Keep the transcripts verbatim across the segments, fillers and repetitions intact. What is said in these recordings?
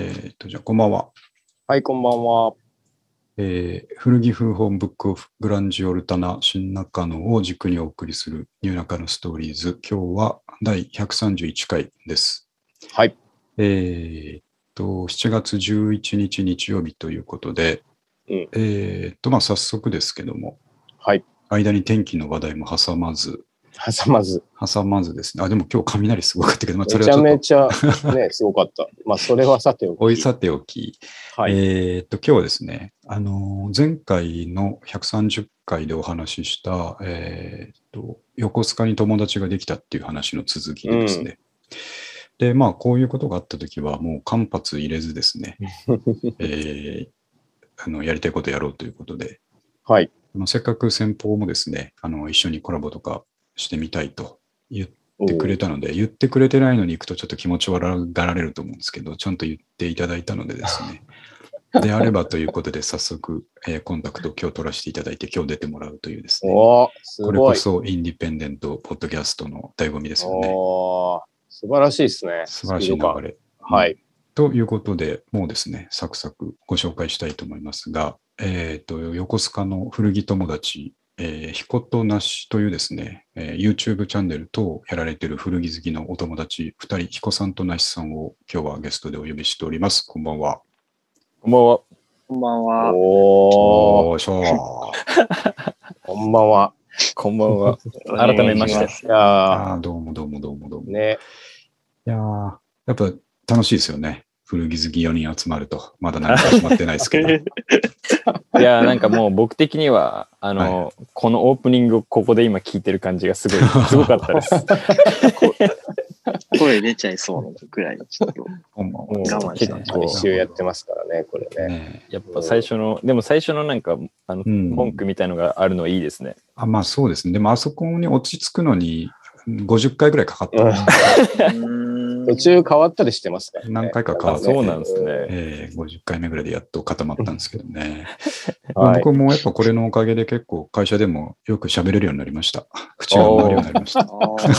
えー、と、じゃあ、こんばんは。 はい、こんばんは。 えー、古着風本ブックオフグランジオルタナ新中野を軸にお送りするニューナカのストーリーズ。今日はだいひゃくさんじゅういっかいです。 はい。 えー、と、しちがつじゅういちにち日曜日ということで、 うん、 えー、と、まあ、早速ですけども、 はい。 間に天気の話題も挟まず、 挟まず。 挟まずですね。あ、でも今日雷すごかったけど、まあ、そめちゃれはちょっと。 めちゃね、すごかった。まあ、それはさておき。 おいさておき、 はい。 えーっと、今日はですね、あのー前回のひゃくさんじゅっかいでお話しした、えーっと、横須賀に友達ができたっていう話の続きでですね。で、まあ、こういうことがあったときは、もう間髪入れずですね、えーあの、やりたいことやろうということで、 はい。 あのせっかく先方もですね、あの、一緒にコラボとかしてみたいと言ってくれたので、言ってくれてないのに行くとちょっと気持ち悪がられると思うんですけど、ちゃんと言っていただいたのでですね、であればということで早速、えーコンタクトを今日取らせていただいて、今日出てもらうというですね、 おー、すごい。 これこそインディペンデントポッドキャストの醍醐味ですよね。 おー、素晴らしいですね。 素晴らしい流れ。 はい、 うん。ということで、もうですね、サクサクご紹介したいと思いますが、えっ、と、横須賀の古着友達、えー、ひことなしというですね、えー YouTube チャンネル等やられている古着好きのお友達ふたり、ひこさんとなしさんを今日はゲストでお呼びしております。こんばんは。 こんばんは。 こんばんは。 おー、 おーしょー。 こんばんは。 こんばんは。改めまして。 いやあーどうもどうもどうもどうも。 ね。 いやーやっぱ楽しいですよね。古着好きよにん集まると。まだ何か始まってないですけど。 いや、なんかもう僕的には、あの、 はい、 このオープニングをここで今聞いてる感じがすごい、すごかったです。 声出ちゃいそうなくらい、ちょっとこんばんは。 我慢して結構一周やってますからね、これね。 ねやっぱ最初の、でも最初のなんか、あの、 うん文句みたいのがあるのはいいですね。 あまあそうですね。でもあそこに落ち着くのにごじゅっかいぐらいかかった、 うん、途中変わったりしてますからね。 何回か変わって、 そうなんですね、 えー。ごじゅっかいめぐらいでやっと固まったんですけどね。 はい、 まあ、僕もやっぱこれのおかげで結構会社でもよく喋れるようになりました。口が回るようになりました。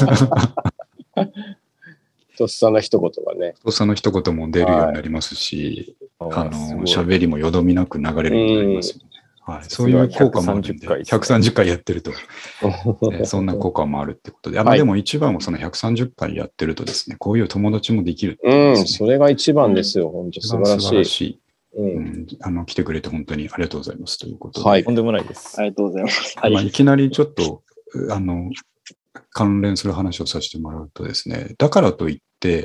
とっさの一言がね。 とっさの一言も出るようになりますし、はい、あの喋りもよどみなく流れるようになりますよね。はい、そういう効果もあるんで、ひゃくさんじゅっかいやってると、えー、そんな効果もあるってことで、あまあ、でも一番はそのひゃくさんじゅっかいやってるとですね、こういう友達もできるっていう、ね、 うん、それが一番ですよ、本当素晴らしい。 素晴らしい。 うんうん、あの来てくれて本当にありがとうございますということで。 はい、 とんでもないです。 ありがとうございます。 まあ、いきなりちょっと、あの、関連する話をさせてもらうとですね、だからといって、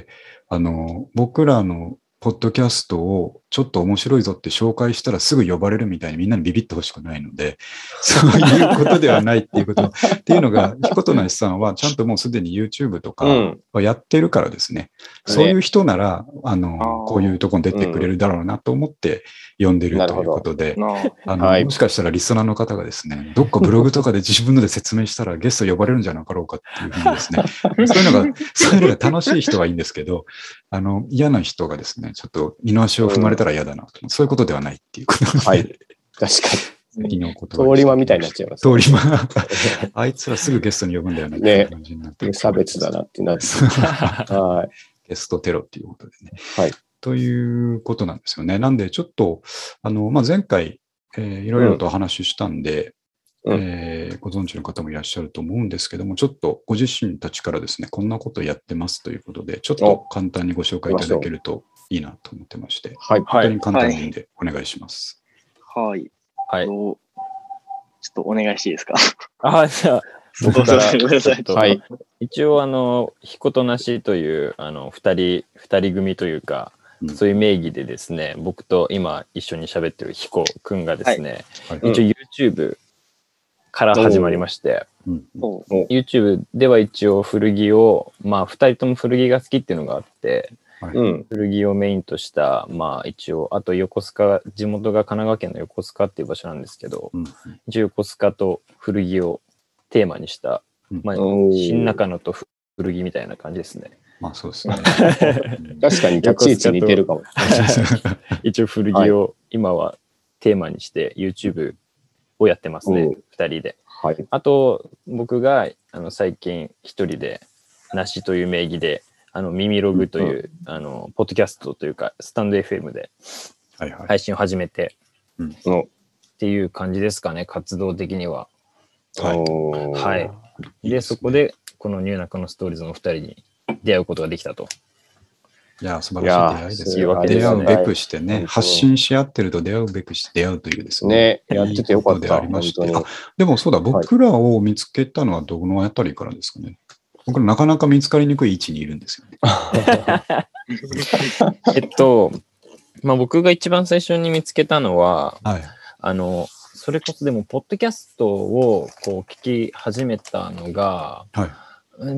あの、僕らのポッドキャストをちょっと面白いぞって紹介したらすぐ呼ばれるみたいにみんなにビビってほしくないので、そういうことではないっていうこと。っていうのが、ひことなしさんはちゃんともうすでに YouTube とかはやってるからですね、うん、そういう人なら、あの、こういうとこに出てくれるだろうなと思って呼んでるということで、あの、はい、もしかしたらリスナーの方がですね、どっかブログとかで自分ので説明したらゲスト呼ばれるんじゃなかろうかっていうふうにですね、そういうのが、そういうのが楽しい人はいいんですけど、あの、嫌な人がですね、ちょっと二の足を踏まれたら嫌だなと、うん、そういうことではないっていうことで、 はい、確かに。通り魔みたいになっちゃいます、 ね。通り魔。あいつらすぐゲストに呼ぶんだよなっていう感じになって、 ね。差別だなってなって。はい。ゲストテロっていうことでね。 はい。 ということなんですよね。なんで、ちょっと、あの、まあ、前回、えー、いろいろとお話ししたんで、うんえー、ご存知の方もいらっしゃると思うんですけども、ちょっとご自身たちからですね、こんなことをやってますということで、ちょっと簡単にご紹介いただけるといいなと思ってまして、 はい、 本当に簡単でいいんでお願いします。 はい。 はい。 ちょっとお願いしていいですか。 あ、じゃあ、僕からごめんなさい。 はい。一応、あの、ひことなしという、あの、二人、二人組というか、うん、そういう名義でですね、僕と今一緒に喋ってるひこくんがですね、はい、一応 YouTube、から始まりまして、うん、YouTube では一応古着を、まあふたりとも古着が好きっていうのがあって、はい、古着をメインとした、まあ一応、あと横須賀、地元が神奈川県の横須賀っていう場所なんですけど、うん、一応横須賀と古着をテーマにした、まあ、新中野と古着みたいな感じですね。 まあそうですね。 確かに立ち位置似てるかも。 一応古着を今はテーマにして YouTubeをやってますね、ふたりで。 はい、 あと僕があの最近一人でなしという名義であの耳ログという、うん、あのポッドキャストというかスタンド エフエム で配信を始めて、はいはい、っていう感じですかね、活動的には。はい。はい、で、いいですね、そこでこのニューナカのストーリーズのお二人に出会うことができたと。 いや、素晴らしい出会いですよ。出会うべくしてね、発信し合ってると出会うべくして出会うというですね。 ね、やっててよかった。 でありまして。あ、でもそうだ、僕らを見つけたのはどのあたりからですかね。僕らなかなか見つかりにくい位置にいるんですよね。 えっと、まあ、僕が一番最初に見つけたのは、 はい、 あの、それこそでも、ポッドキャストをこう聞き始めたのが、 はい、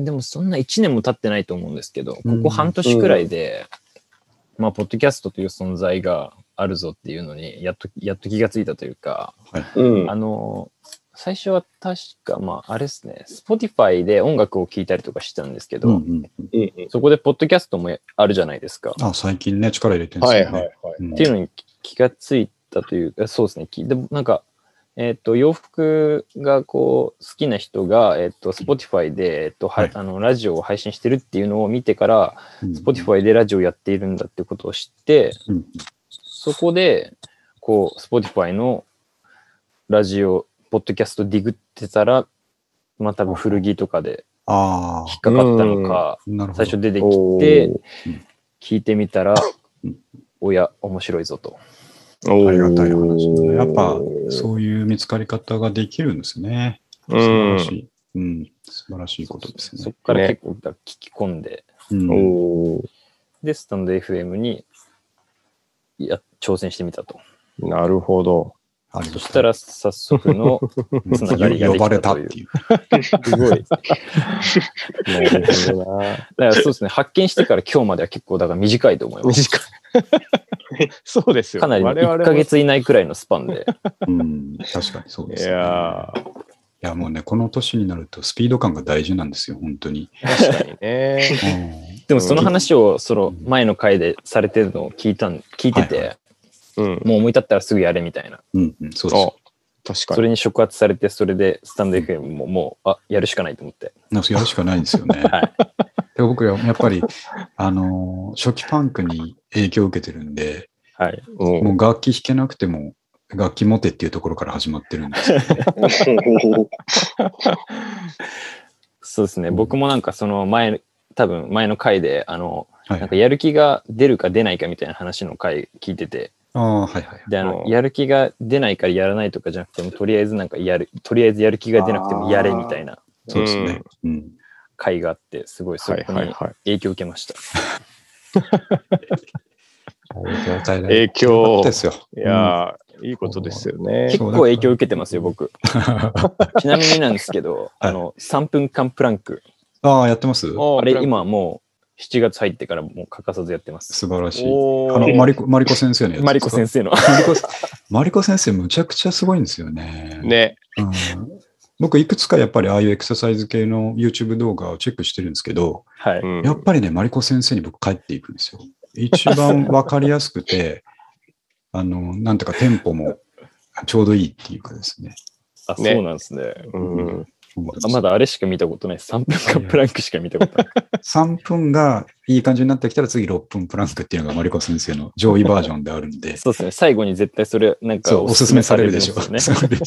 でもそんないちねんも経ってないと思うんですけど、ここ半年くらいで、うん、まあ、ポッドキャストという存在があるぞっていうのに、やっと、やっと気がついたというか、 はい、 あの、最初は確か、まあ、あれですね、Spotify で音楽を聴いたりとかしてたんですけど、うんうん、そこでポッドキャストもあるじゃないですか。 あ、最近ね、力入れてるんですよね。 はいはいはい。 うん、っていうのに気がついたというか、そうですね、でもなんか、えっと、洋服がこう好きな人が、えっと、Spotify で、えっと、はい、あのラジオを配信してるっていうのを見てから、うん、Spotify でラジオやっているんだってことを知って、うん、そこで、こう、Spotify のラジオ、ポッドキャストディグってたら、まあ多分古着とかで引っかかったのか、最初出てきて、聞いてみたら、おや、面白いぞと。 ありがたい話、ね。やっぱそういう見つかり方ができるんですね。素晴らしい。うん、素晴らしいことですね。 そこから結構聞き込んで、ね、うん、で、スタンド エフエム にや挑戦してみたと。 なるほど。 そしたら早速のつながりができたという。すごい。なるほどな。だからそうですね、発見してから今日までは結構だから短いと思います。 短い。そうですよ。 かなりいっかげつ以内くらいのスパンで。 うん、確かにそうですね。 いやいやもうね、この年になるとスピード感が大事なんですよ、本当に。 確かにね。 うん、でもその話をその前の回でされてるのを聞いたん、聞いてて、はいはい、うん、もう思い立ったらすぐやれみたいな。 うんうん、そうです。 確かに。 それに触発されて、それでスタンド エフエム ももう、あ、やるしかないと思って。 やるしかないんですよね。はい、で僕はやっぱり、あのー、初期パンクに影響を受けてるんで、 はい、 もう楽器弾けなくても、楽器持てっていうところから始まってるんですよね。 そうですね。僕もなんかその前、多分前の回で、あの、はい、なんかやる気が出るか出ないかみたいな話の回聞いてて、 ああ、はいはい。 で、あの、やる気が出ないからやらないとかじゃなくても、とりあえずなんかやる、とりあえずやる気が出なくてもやれみたいな、 そうですね。うん。 回があって、すごいそこに影響を受けました。 影響ですよ。 いやー、いいことですよね。 結構影響を受けてますよ、僕。ちなみになんですけど、あの、さんぷんかんプランク。 ああ、やってます？ あれ、今もう、しちがつ入ってからもう欠かさずやってます。 素晴らしい。あの、マリコ、マリコ先生のやつ。 マリコ先生の。 マリコ先生むちゃくちゃすごいんですよね。 ね。 うん、僕いくつかやっぱりああいうエクササイズ系の YouTube 動画をチェックしてるんですけど、 はい、 やっぱりね、マリコ先生に僕帰っていくんですよ。一番わかりやすくて、あの、なんていうかテンポもちょうどいいっていうかですね。 あ、そうなんですね。うんまだあれしか見たことない。さんぷんかんプランクしか見たことない。 さんぷんがいい感じになってきたら次ろっぷんプランクっていうのがマリコ先生の上位バージョンであるんで。 そうですね。最後に絶対それなんかおすすめされるでしょうね。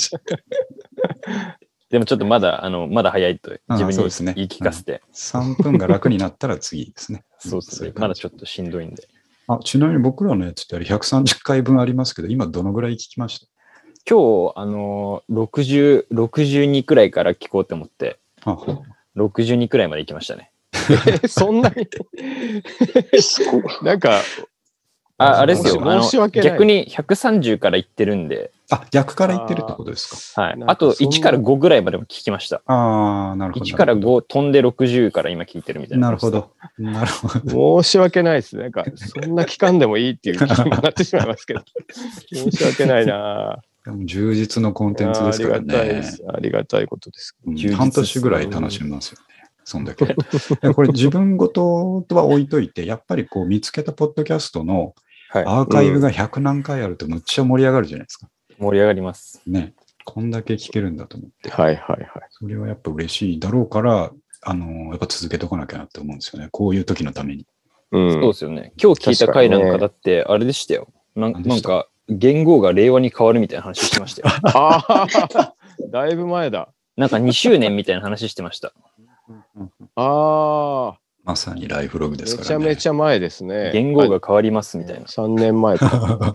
でもちょっとまだ、あの、まだ早いと自分に言い聞かせて。 さんぷんが楽になったら次ですね。 そうですね。まだちょっとしんどいんで。 あ、ちなみに僕らのやつってあれひゃくさんじゅっかいぶんありますけど、今どのぐらい聞きました？ 今日、あの、ろくじゅう、ろくじゅうにくらいから聞こうと思って、ははろくじゅうにくらいまで行きましたね。 そんなになんか、 あ、あれですよ。あの逆にひゃくさんじゅうから行ってるんで。 あ、逆から行ってるってことですか？ はい。あといちからごぐらいまでも聞きました。 ああ、なるほど。 いちからご飛んでろくじゅうから今聞いてるみたいな。 なるほど。なるほど。 申し訳ないですね。なんか、そんな期間でもいいっていう気になってしまいますけど。申し訳ないな。 でも充実のコンテンツですからね。 ありがたいです。ありがたいことです。 うん、半年ぐらい楽しめますよね。そんだけ。これ自分ごとは置いといて、やっぱりこう見つけたポッドキャストのアーカイブがひゃくなんかいあるとむっちゃ盛り上がるじゃないですか。 盛り上がります。 ね。こんだけ聞けるんだと思って。 はいはいはい。 それはやっぱ嬉しいだろうから、 あの、やっぱ続けとかなきゃなって思うんですよね。こういう時のために。 うん。 そうですよね。今日聞いた回なんかだって、あれでしたよ。なん何でしたなんか、元号が令和に変わるみたいな話してましたよ。 ああ、だいぶ前だ。 なんかにしゅうねんみたいな話してました。 ああ、 まさにライフログですからね。 めちゃめちゃ前ですね。 元号が変わりますみたいな。 さんねんまえか。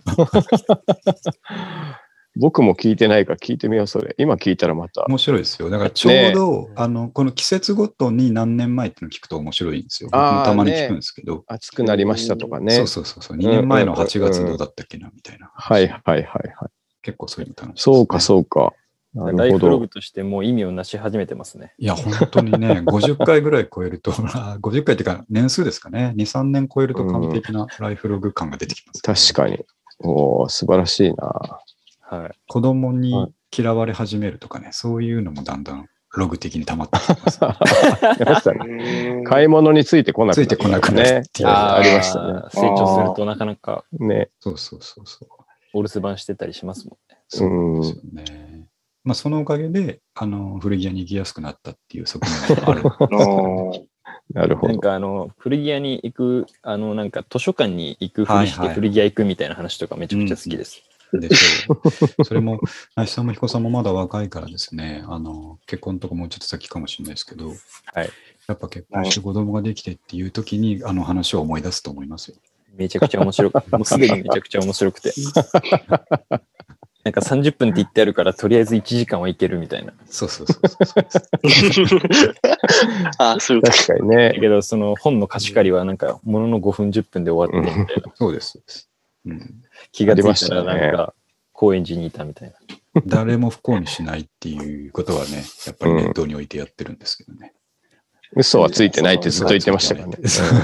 僕も聞いてないから聞いてみよう、それ。今聞いたらまた。 面白いですよ。だからちょうど、あの、この季節ごとに何年前っていうのを聞くと面白いんですよ。僕もたまに聞くんですけど。 暑くなりましたとかね。 そうそうそうそう。にねんまえのはちがつどうだったっけなみたいな。 はいはいはいはい。 結構そういうの楽しいです、 そうかそうか。なるほどライフログ。としてもう意味をなし始めてますね。 いや、本当にね、ごじゅっかいぐらい超えると、ごじゅっかいっていうか年数ですかね。に、さんねん超えると完璧なライフログ感が出てきます、 確かに。おー、素晴らしいな。 はい。 子供に嫌われ始めるとかね、そういうのもだんだんログ的に溜まってきてます、ね。 ましたね。買い物についてこなくなる、 ついてこなくなるっていうありましたね。 成長するとなかなかね。 そうそうそうそう。 お留守番してたりしますもんね。 そうなんですよね。まあ、そのおかげで、あの、古着屋に行きやすくなったっていう側面がある。 なるほど。 なんかあの、古着屋に行く、あの、なんか図書館に行くふりして古着屋行くみたいな話とかめちゃくちゃ好きです。 でしょう。それも、林さんも彦さんもまだ若いからですね、あの、結婚とかもうちょっと先かもしれないですけど、 はい。 やっぱ結婚して子供ができてっていう時に、あの話を思い出すと思いますよ。 めちゃくちゃ面白く、もうすでにめちゃくちゃ面白くて。なんかさんじゅっぷんって言ってあるから、とりあえずいちじかんはいけるみたいな。 そうそうそうそうあ、そういうこと。 確かにねだ。けど、その本の貸し借りはなんか、もののごふんじゅっぷんで終わってみたいな。 そうです。そうですうん、 気がついたらなんか、高円寺にいたみたいな。 誰も不幸にしないっていうことはね、やっぱり念頭に置いてやってるんですけどね。 嘘はついてないってずっと言ってましたからね。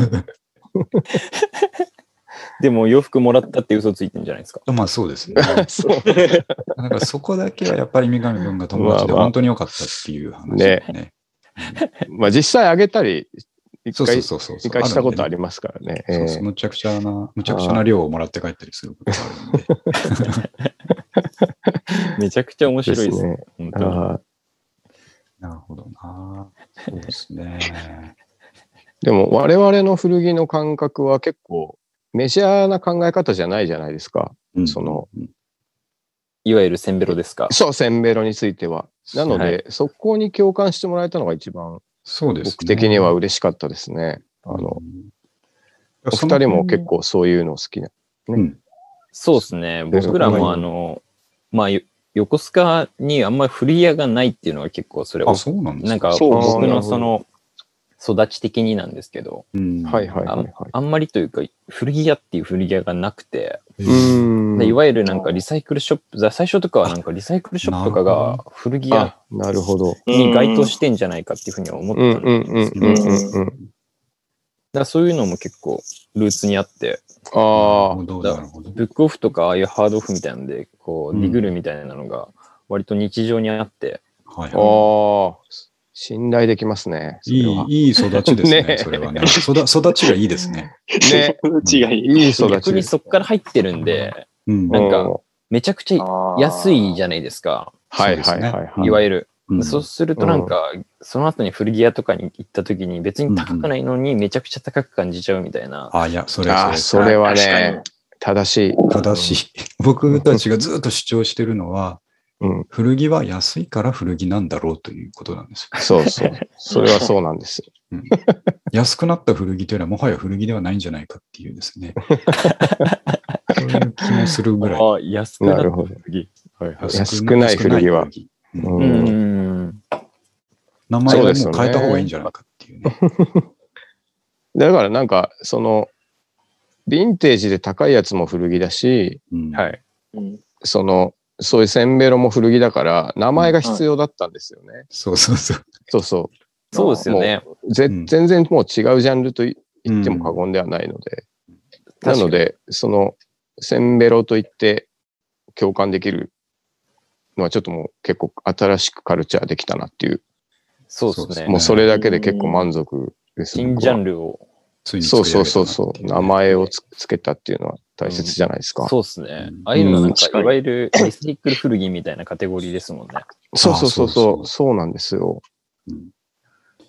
でも洋服もらったって嘘ついてんじゃないですか。 まあそうですね。 そう。 なんかそこだけはやっぱり三上君が友達で本当に良かったっていう話でね。 まあ実際あげたり、一回、 そうそうそうそう一回したことありますからね。 そうそう、むちゃくちゃな、むちゃくちゃな量をもらって帰ったりすることがあるんで。 めちゃくちゃ面白いですね。 ですね本当に。 なるほどな。そうですね。 でも我々の古着の感覚は結構メジャーな考え方じゃないじゃないですか。 うん、 その、 いわゆるセンベロですか。 そう、センベロについては。なので、 はい、 そこに共感してもらえたのが一番、 そうですね、 僕的には嬉しかったですね。あの、お二人も結構そういうの好きな。ねうん、 そうですね。僕らもあの、まあ、横須賀にあんまり古着屋がないっていうのが結構それあ、そうなんですか。 なんか僕のその育ち的になんですけど、 うん、はいはいはい、はい、 あんまりというか古着屋っていう古着屋がなくて、 うんいわゆるなんかリサイクルショップ、最初とかはなんかリサイクルショップとかが古着屋に該当してんじゃないかっていうふうには思ってたんですけど、だからそういうのも結構ルーツにあって、 ああ、 ブックオフとかああいうハードオフみたいなんで、こう、ディグルみたいなのが割と日常にあって、 はいはい、ああ、信頼できますね。 いい、いい育ちですね、ねそれはね育。育ちがいいですね。 ね。 育ちがいい。 いい育ち。 逆にそこから入ってるんで、うん、なんか、めちゃくちゃ安いじゃないですか。 はいはいはい、はい。 いわゆる。うん、そうするとなんか、うん、その後に古着屋とかに行った時に別に高くないのにめちゃくちゃ高く感じちゃうみたいな。 うん、あ、いや、それは、 あ、それはね、正しい。 正しい。僕たちがずっと主張してるのは、うん、古着は安いから古着なんだろうということなんですよ。 そうそう。それはそうなんですよ。 うん、安くなった古着というのはもはや古着ではないんじゃないかっていうですね。そういう気もするぐらい。 あ、安くなった古着。 はいはい、安くない古着は。 うんうん名前をもう変えた方がいいんじゃないかっていうね。 だからなんか、その、ヴィンテージで高いやつも古着だし、 うん、 はい。その、そういうセンベロも古着だから、名前が必要だったんですよね。うん、 そうそうそう。 そうそう。 そうですよね。 ぜ全然もう違うジャンルと言っても過言ではないので。うん、なので、その、センベロと言って共感できるのはちょっともう結構新しくカルチャーできたなっていう。 そうですね。 もうそれだけで結構満足です。 新ジャンルを。 そうそうそうそう。名前を つ, つけたっていうのは大切じゃないですか。 うん、そうですね。ああいうのなんか、いわゆるリサイクル古着みたいなカテゴリーですもんね。 そうそうそうそう。そうなんですよ。 うん、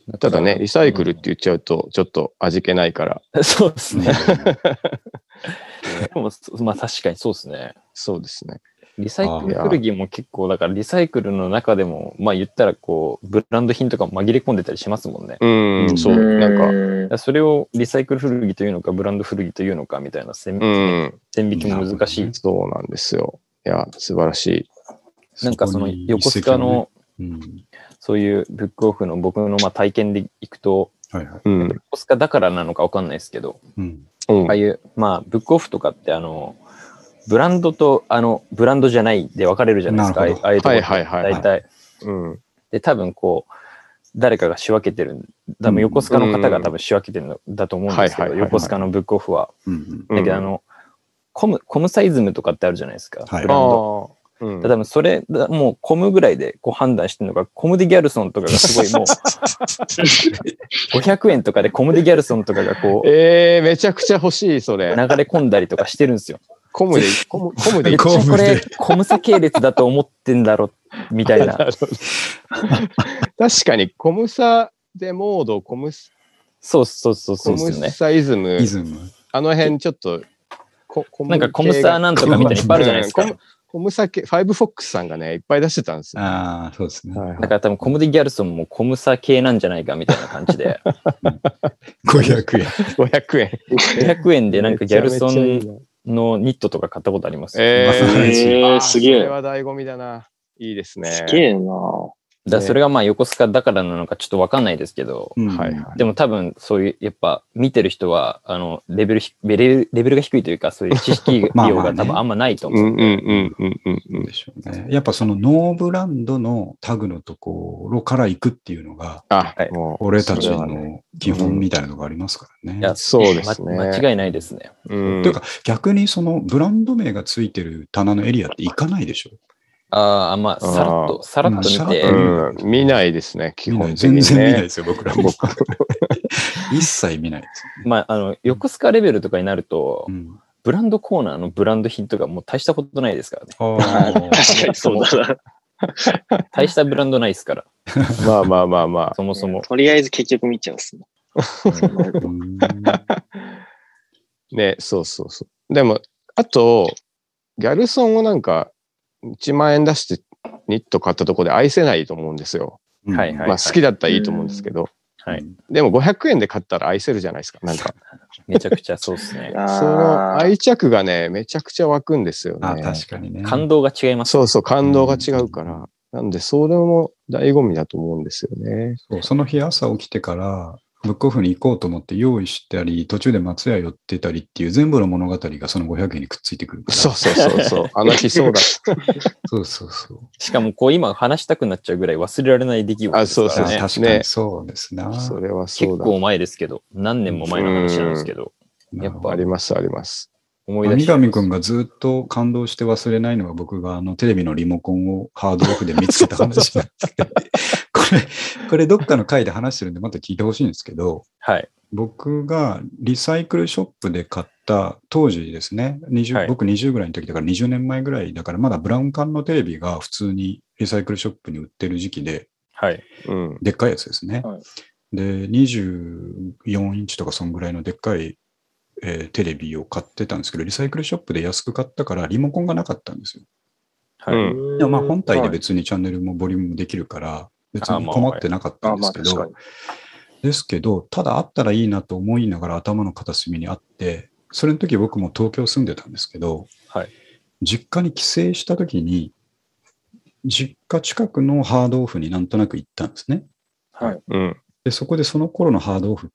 ただね、リサイクルって言っちゃうと、ちょっと味気ないから。 そうですね。でも、まあ確かにそうですね。 そうですね。 リサイクル古着も結構、だからリサイクルの中でも、まあ言ったらこう、ブランド品とか紛れ込んでたりしますもんね。 うん、そう。なんか、 それをリサイクル古着というのか、ブランド古着というのかみたいな線、うん、線引きも難しい。 そうなんですよ。いや、素晴らしい。 なんかその横須賀の、うん、そういうブックオフの僕のまあ体験でいくと、はいはい、横須賀だからなのか分かんないですけど、うん、ああいう、まあ、ブックオフとかってあの、ブランドとあのブランドじゃないで分かれるじゃないですか、ああいうところって大体。で、多分こう、誰かが仕分けてる、多分横須賀の方が多分仕分けてるんだと思うんですけど、横須賀のブックオフは。だけど、あの、コム、コムサイズムとかってあるじゃないですか、はい、ブランド。うん、多分それ、もうコムぐらいでこう判断してるのが、コムデギャルソンとかがすごいもう、ごひゃくえんとかでコムデギャルソンとかがこう、 えー、めちゃくちゃ欲しい、それ。 流れ込んだりとかしてるんですよ。 コムで、コム、コムで、 これ、コムサ系列だと思ってんだろ、みたいな。 確かに、コムサでモード、コムス、 そうそうそうそうですね。コムサイズム、 イズムあの辺ちょっと、 コなんかコムサなんとかみたいにいっぱいあるじゃないですか。 コムサ系、ファイブフォックスさんがね、いっぱい出してたんですよ、ね。 ああ、そうですね。 だから多分コムデギャルソンもコムサ系なんじゃないかみたいな感じで。 ごひゃくえん。 ごひゃくえん。 ごひゃくえんでなんかギャルソンのニットとか買ったことあります。 えー、すげえ。 それは醍醐味だな。いいですね。 すげえな。 だそれがまあ横須賀だからなのかちょっとわかんないですけど、 うんはいはい、 でも多分そういうやっぱ見てる人はあのレベルレベルレベルが低いというかそういう知識量が多分あんまないと思う。 でしょうね。やっぱそのノーブランドのタグのところから行くっていうのが、 あもう俺たちの基本みたいなのがありますからね。 いやそうですね。 間違いないですね。 というか逆にそのブランド名がついてる棚のエリアって行かないでしょ。 ああ、まあ、さらっと、さらっと見て。 うん、見ないですね、基本的に、 ね。全然見ないですよ、僕らも。一切見ないです、 ね。まあ、あの、横須賀レベルとかになると、うん、ブランドコーナーのブランド品とかもう大したことないですからね。 あ確かにそうだな。 大したブランドないですから。 まあまあまあまあ。 そもそも。 とりあえず結局見ちゃうっすね。 ね、そうそうそう。でも、あと、ギャルソンをなんか、いちまんえん出してニット買ったところで愛せないと思うんですよ。 はいはいはい。 まあ好きだったらいいと思うんですけど。 はい。 でもごひゃくえんで買ったら愛せるじゃないですか。なんか。 めちゃくちゃそうですね。 その愛着がね、めちゃくちゃ湧くんですよね。 あ確かにね。 感動が違います、ね。 そうそう、感動が違うから。なんで、それも醍醐味だと思うんですよね。 そう、その日朝起きてから、ブックオフに行こうと思って用意したり、途中で松屋寄ってたりっていう全部の物語がそのごひゃくえんにくっついてくるから。 そうそうそうそう。あの日そうだ。 そうそうそう。 しかもこう今話したくなっちゃうぐらい忘れられない出来事ですからね。 あ、そうそう。 確かにそうですな。 それはそうだ。 結構前ですけど、何年も前の話なんですけど。 やっぱありますあります。 思い出し三上くんがずっと感動して忘れないのは僕があのテレビのリモコンをハードオフで見つけた話なんですけど、これ、これどっかの回で話してるんでまた聞いてほしいんですけど、 はい。 僕がリサイクルショップで買った当時ですね、にじゅう、はい、僕にじゅうぐらいの時だからにじゅうねんまえぐらいだからまだブラウン管のテレビが普通にリサイクルショップに売ってる時期で、 はいうん、 でっかいやつですね、はい。で、にじゅうよんインチとかそんぐらいのでっかいえー、テレビを買ってたんですけど、リサイクルショップで安く買ったからリモコンがなかったんですよ。 はい。 でもまあ本体で別にチャンネルもボリュームもできるから別に困ってなかったんですけど、ですけど、ただあったらいいなと思いながら頭の片隅にあって、それの時僕も東京住んでたんですけど、 はい、 実家に帰省した時に、実家近くのハードオフになんとなく行ったんですね。 はい。うん。 で、そこでその頃のハードオフって、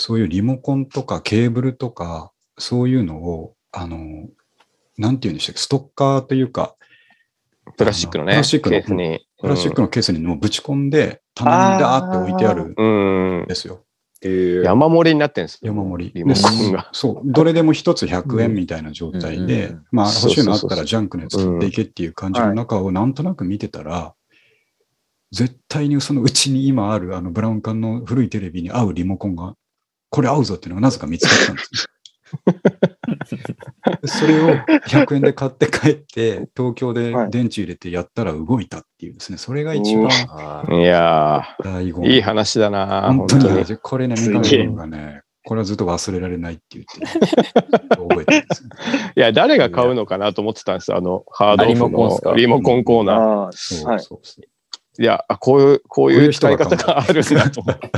そういうリモコンとかケーブルとか、そういうのを、あの、なんていうんでしたっけ、ストッカーというか、 プラスチックのね、 プラスチックのケースに。 プラスチックのケースにもうぶち込んで、棚にダーって置いてあるんですよ。 山盛りになってるんですよ。 山盛り。 リモコンが。 そう。どれでも一つひゃくえんみたいな状態で、まあ欲しいのあったらジャンクのやつ買っていけっていう感じの中をなんとなく見てたら、絶対にそのうちに今あるあのブラウン管の古いテレビに合うリモコンが、これ合うぞっていうのがなぜか見つかったんです。 それをひゃくえんで買って帰って、東京で電池入れてやったら動いたっていうですね、それが一番いや醍醐ー、いい味。 話だな。 本当に本当に。 これね、三上君がね、これはずっと忘れられないって言って、覚えてるんですよ。 いや、誰が買うのかなと思ってたんですよ。あの、ハードオフあリモコンっすかのリモコンコーナー。 ああ、 そうはい。 そうそう。 いや、あこういう、こういう使い方があるんだと思って。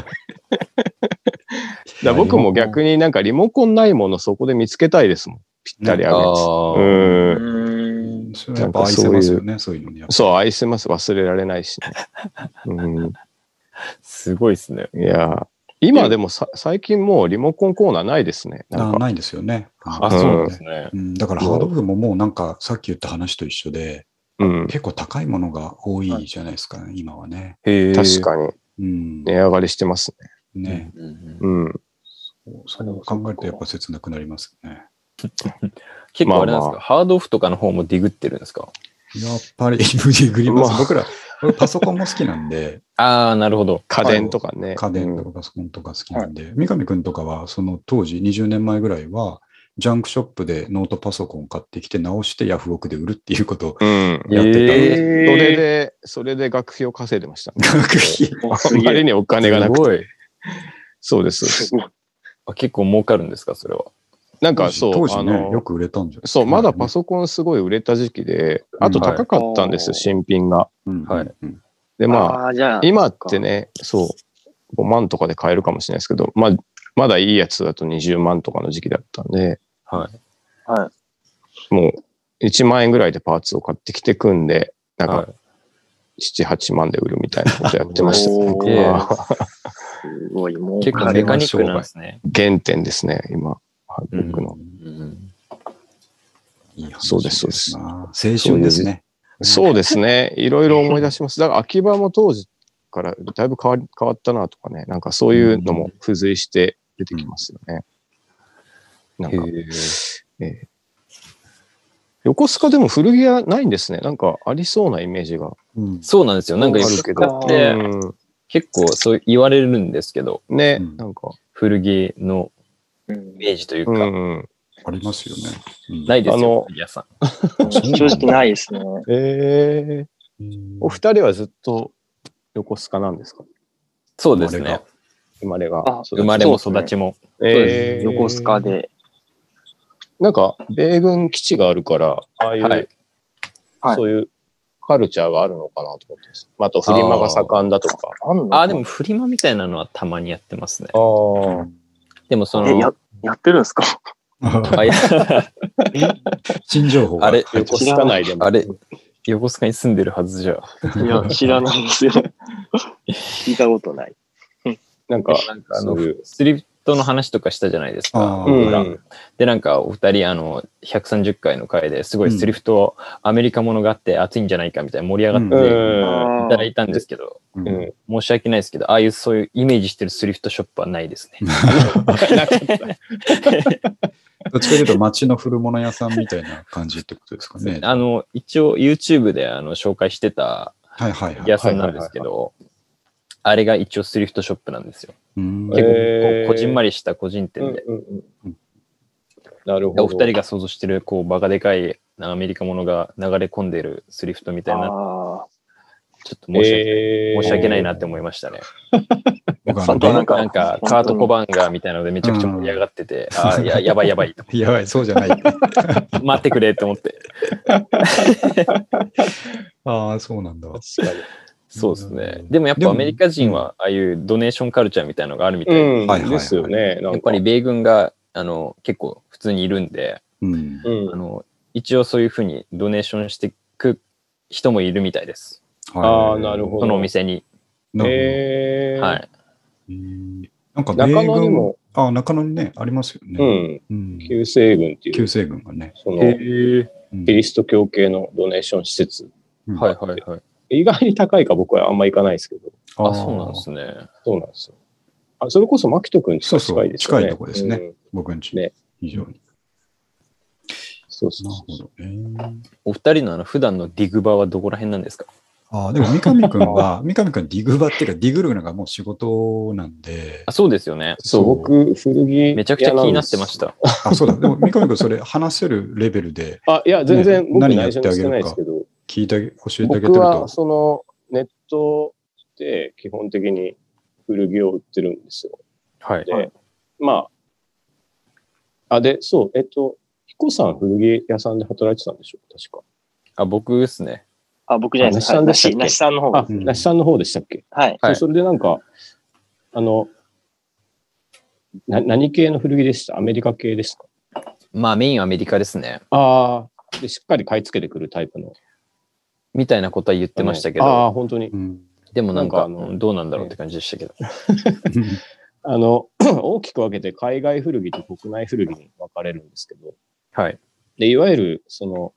だ僕も逆になんかリモコンないものそこで見つけたいですもん。ぴったりあるやつ。 あううん。 ーん。 それはやっぱ愛せますよね、そういうのに。 そう、愛せます。忘れられないしね。うん、 すごいですね。 いや、今でもさ最近もうリモコンコーナーないですね。なんかあないんですよね。 あ、そうなんですね。 うん、だからハードオフももうなんかさっき言った話と一緒で、 うん、 結構高いものが多いじゃないですか、ね、今はね。 へ確かにうん。 値上がりしてますね。 に。うんね。うん。 それを考えるとやっぱ切なくなりますね。 結構あれなんですか、 まあまあハードオフとかの方もディグってるんですか？ やっぱりディグります。 まあ僕ら、僕パソコンも好きなんで、 ああ、なるほど。 家電とかね。 家電とかパソコンとか好きなんで、三上くんとかはその当時にじゅうねんまえぐらいは、ジャンクショップでノートパソコンを買ってきて直してヤフオクで売るっていうことをうん。 やってた。 そえーれで、それで学費を稼いでましたね。 学費おあんまりにお金がなくて。 すごい。 そうです。そうですすごい。 あ、結構儲かるんですか、それは。 なんかそう、 当時ね、 あのよく売れたんじゃないそう、まだパソソコンすごい売れた時期で、あと高かったんですよ、 はい新品が。 コン。 はいうんで、まあ、 あー、じゃあ、 今ってね、そう、ごまんとかで買えるかもしれないですけど、まあ、まだいいやつだとにじゅうまんとかの時期だったんで、 はい。 はい。 もういちまん円ぐらいでパーツを買ってきて組んで、なんかはいなな、はちまんで売るみたいなことやってました。 おーええまあすごい、もう。 結構メカニックなんですね。 原点ですね、今、僕の。 うんいい話そうですそうですな青春ですね。 そうですね、いろいろ思い出します。だから秋葉も当時からだいぶ変わり変わったなとかね、なんかそういうのも付随して出てきますよね。なんか、 へええー横須賀でも古着屋ないんですね。なんかありそうなイメージが。 うんそうなんですよ。なんかあ横須るけど。 賀ってうん結構そう言われるんですけど、 ね、 うんなんか。 古着のうんイメージといううか、 ん。 ありますよね。うんないですよ、 あの古着屋さん。 正直ないですね。 えー、 うんお二人はずっと横須賀なんですか？ そうですね。 生まれが。 あ生まれもそうですね育ちも。 えー横須賀。で。 なんか、米軍基地があるから、ああいう、 はいはいそういうカルチャーがあるのかなと思ってます。あと、フリマが盛んだとか。 あんのかあ、でもフリマみたいなのはたまにやってますね。 あでもそえ、やの、、 やってるんですか？ あいや新情報があれ横須賀内でも。 あれ、横須賀に住んでるはずじゃ。 いや、知らないですよ。聞いたことない。 なんか、 なんかあのそういう、 スリフトの話とかしたじゃないですか。 あーうん僕らで、なんかお二人、あの、ひゃくさんじゅっかいの回ですごいスリフト、アメリカものがあって熱いんじゃないかみたいな盛り上がってうんいただいたんですけど、 うんうん申し訳ないですけど、ああいうそういうイメージしてるスリフトショップはないですね。 どっちかというと街の古物屋さんみたいな感じってことですかね。 あの、一応 YouTube であの紹介してたはいはいはい。 屋さんなんですけど、あれが一応スリフトショップなんですよ。 うん結構へーこうこじんまりした個人店で。 うんうんううんんなるほど。 お二人が想像してる、こう、バカでかいアメリカものが流れ込んでるスリフトみたいな、 あちょっと申し訳,、 えー申し訳ないなって思いましたね。 僕あの本当はなんかなんか、カート・コバーンがみたいなのでめちゃくちゃ盛り上がってて、ああ、ややばいやばいと。 やばい、そうじゃない。 待ってくれって思って。 ああ、そうなんだ。 確かに。 そうですねう。んでもやっでもぱアメリカ人はああいうドネーションカルチャーみたいなのがあるみたいで、 うん、 はいはいはいですよね。なんかやっぱり米軍があの結構普通にいるんで、 うん。 うんあの一応そういうふうにドネーションしていく人もいるみたいです。 あーなるほどそのお店に。 なるえーはい。 ほど。うんなんか中野に米軍も、 あ、中野にね、ありますようね。 ん、 うん。 旧西軍っていう、 旧西軍がね。 その、 へうんキリスト教系のドネーション施設。 うんはいはいはい。 意外に高いか僕はあんま行かないですけど、 あ、そうなんですね。 そうなんですよ。あ、それこそ牧人くんちそうそう近いですよね。 近いとこですねうん僕んち。 ね非常に。 そうそうなるそう。 ほどね。 お二人のあの普段のディグバーはどこら辺なんですか？ ああ、でも三上くんは、三上くんはディグバっていうか、ディグるのがもう仕事なんで。 あ、そうですよね。 そう、僕、古着。 めちゃくちゃ気になってました。 あ、そうだ。でも三上くんそれ話せるレベルで。 あ、いや、全然僕何やってあげるか。聞いてあげ、教えてあげてると。 僕は、その、ネットで基本的に古着を売ってるんですよ。 はい。 で、まあ、あ、で、そう、えっと、彦さん古着屋さんで働いてたんでしょう確か。 あ、僕ですね。 あ、僕じゃないです。 なしなしさんの方。 あ、なしさんの方でしたっけ？ はい。 そう、それでなんか、あの、な何系の古着でした？アメリカ系ですか？ まあメインはアメリカですね。 ああ、で、しっかり買い付けてくるタイプの。 みたいなことは言ってましたけど。 ああ、本当に。 うん、でもなんか、なんかあのどうなんだろうって感じでしたけど。 あの、大きく分けて海外古着と国内古着に分かれるんですけど。 はい。 で、いわゆる、その、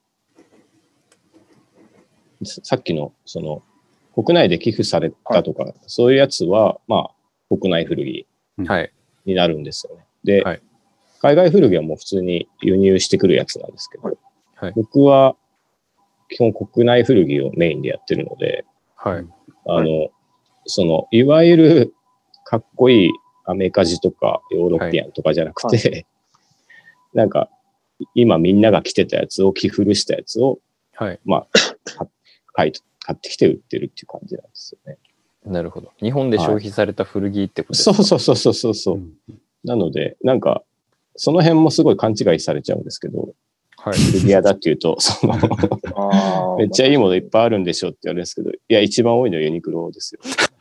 さっきの、その、国内で寄付されたとか、はい、そういうやつは、まあ、国内古着になるんですよね。で、はい、海外古着はもう普通に輸入してくるやつなんですけど、はい、僕は基本国内古着をメインでやってるので、 はい、 あの、その、いわゆるかっこいいアメカジとかヨーロピアンとかじゃなくて、はい、なんか、今みんなが着てたやつを着古したやつを、 はい、 まあ、買い買ってきて売ってるっていう感じなんですよね。 なるほど。日本で消費された古着ってことですか？ はい、そうそうそうそうそう。うん、なので、なんか、その辺もすごい勘違いされちゃうんですけど、はい、古着屋だっていうと、そのめっちゃいいものいっぱいあるんでしょって言われるんですけど、いや、一番多いのはユニクロですよ。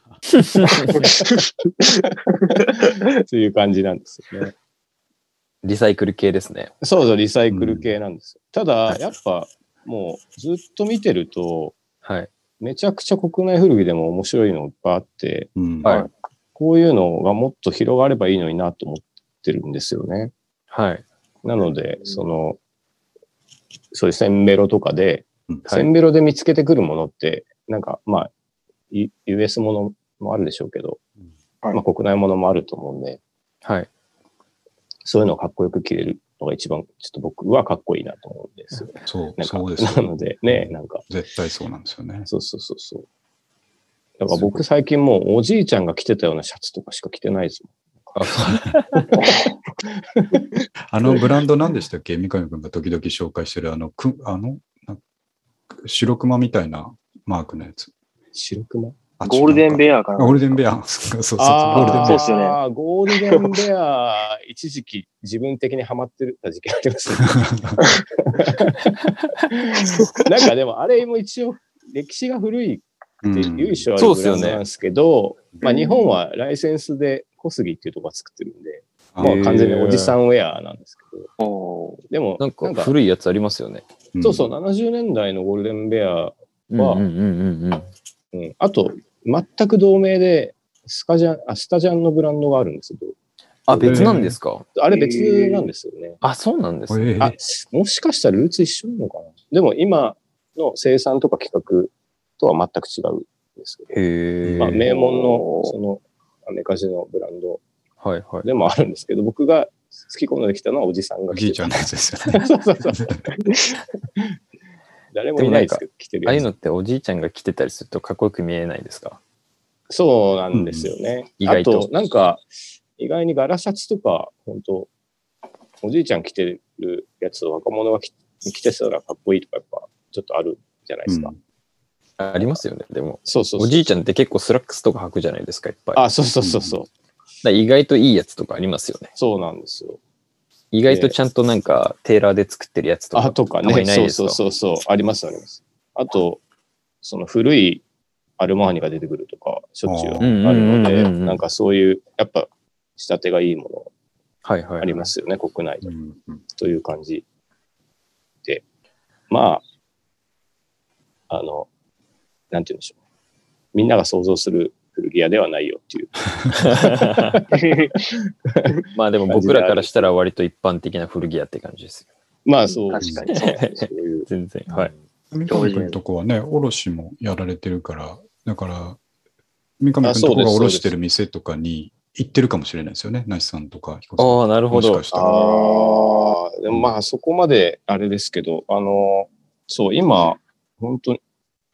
そういう感じなんですよね。 リサイクル系ですね。 そうそう、リサイクル系なんですよ。うん、ただ、やっぱ、もうずっと見てると、 はい、 めちゃくちゃ国内古着でも面白いのいっぱいあって、 うんはい、こういうのがもっと広がればいいのになと思ってるんですよね。 はい。 なので、その、そういうセンベロとかで、 うん、 センベロで見つけてくるものって、なんか、まあ、ユーエス ものもあるでしょうけど、はい、まあ国内ものもあると思うんで、 はい。 そういうのをかっこよく着れるのが一番、ちょっと僕はかっこいいなと思うんですよ。 そう、 なんかそうですよ。 なのでね、なんか。 絶対そうなんですよね。 そうそうそうそう。だから僕最近もうおじいちゃんが着てたようなシャツとかしか着てないですもん。 あのブランド何でしたっけ？三上君が時々紹介してるあの、くあの白熊みたいなマークのやつ。 白熊？ ゴールデンベアかな。 ゴールデンベア。そうそうそう。ゴールデンベア。 そうですよね。 ゴールデンベア、一時期自分的にハマってた時期ありますね。なんかでもあれも一応歴史が古いって由緒あるブランドなんですけど、うんね、まあ日本はライセンスで小杉っていうところが作ってるんで、まあ完全におじさんウェアなんですけど、でもなんか古いやつありますよね。 そうそう、ななじゅうねんだいのゴールデンベアは、あと、全く同名でスカジャン、あ、スタジャンのブランドがあるんですけど。 あ、別なんですか？ あれ別なんですよね。 あ、そうなんですね。 あ、もしかしたらルーツ一緒なのかな。でも今の生産とか企画とは全く違うんですけど。 へー。 まあ、名門の、その、アメカジのブランドはいはい。 でもあるんですけど、僕が好き好んできたのはおじさんが着てた。 おじいちゃんのやつですよね。 そうそうそう。誰もいないですけど、着てるやつ。 ああいうのっておじいちゃんが着てたりするとかっこよく見えないですか？ そうなんですよね。うん、意外と。あと、なんか、意外に柄シャツとか、本当おじいちゃん着てるやつを若者が着てたらかっこいいとか、やっぱ、ちょっとあるじゃないですか。 うん、ありますよね、でも。 そうそうそう。 おじいちゃんって結構スラックスとか履くじゃないですか、いっぱい。 あ、そうそうそうそう。 だ意外といいやつとかありますよね。 そうなんですよ。 意外とちゃんとなんか、テーラーで作ってるやつとか。 あ、とかね。そうそうそうそう。ありますあります。あと、その古いアルマーニが出てくるとか、しょっちゅうあるので、なんかそういう、やっぱ、仕立てがいいもの、ありますよね、国内で。という感じで。まあ、あの、なんて言うんでしょう。みんなが想像する古着屋ではないよっていう。 まあでも僕らからしたら割と一般的な古着屋って感じですよ。 まあそう。 確かに。 そういう。 全然。はい。 三上君のとこはね、卸もやられてるから、だから、三上君のとこが卸してる店とかに行ってるかもしれないですよね、なしさんとか。 ああ、なるほど。 ああ、でもまあそこまであれですけど、あの、そう、今、本当に、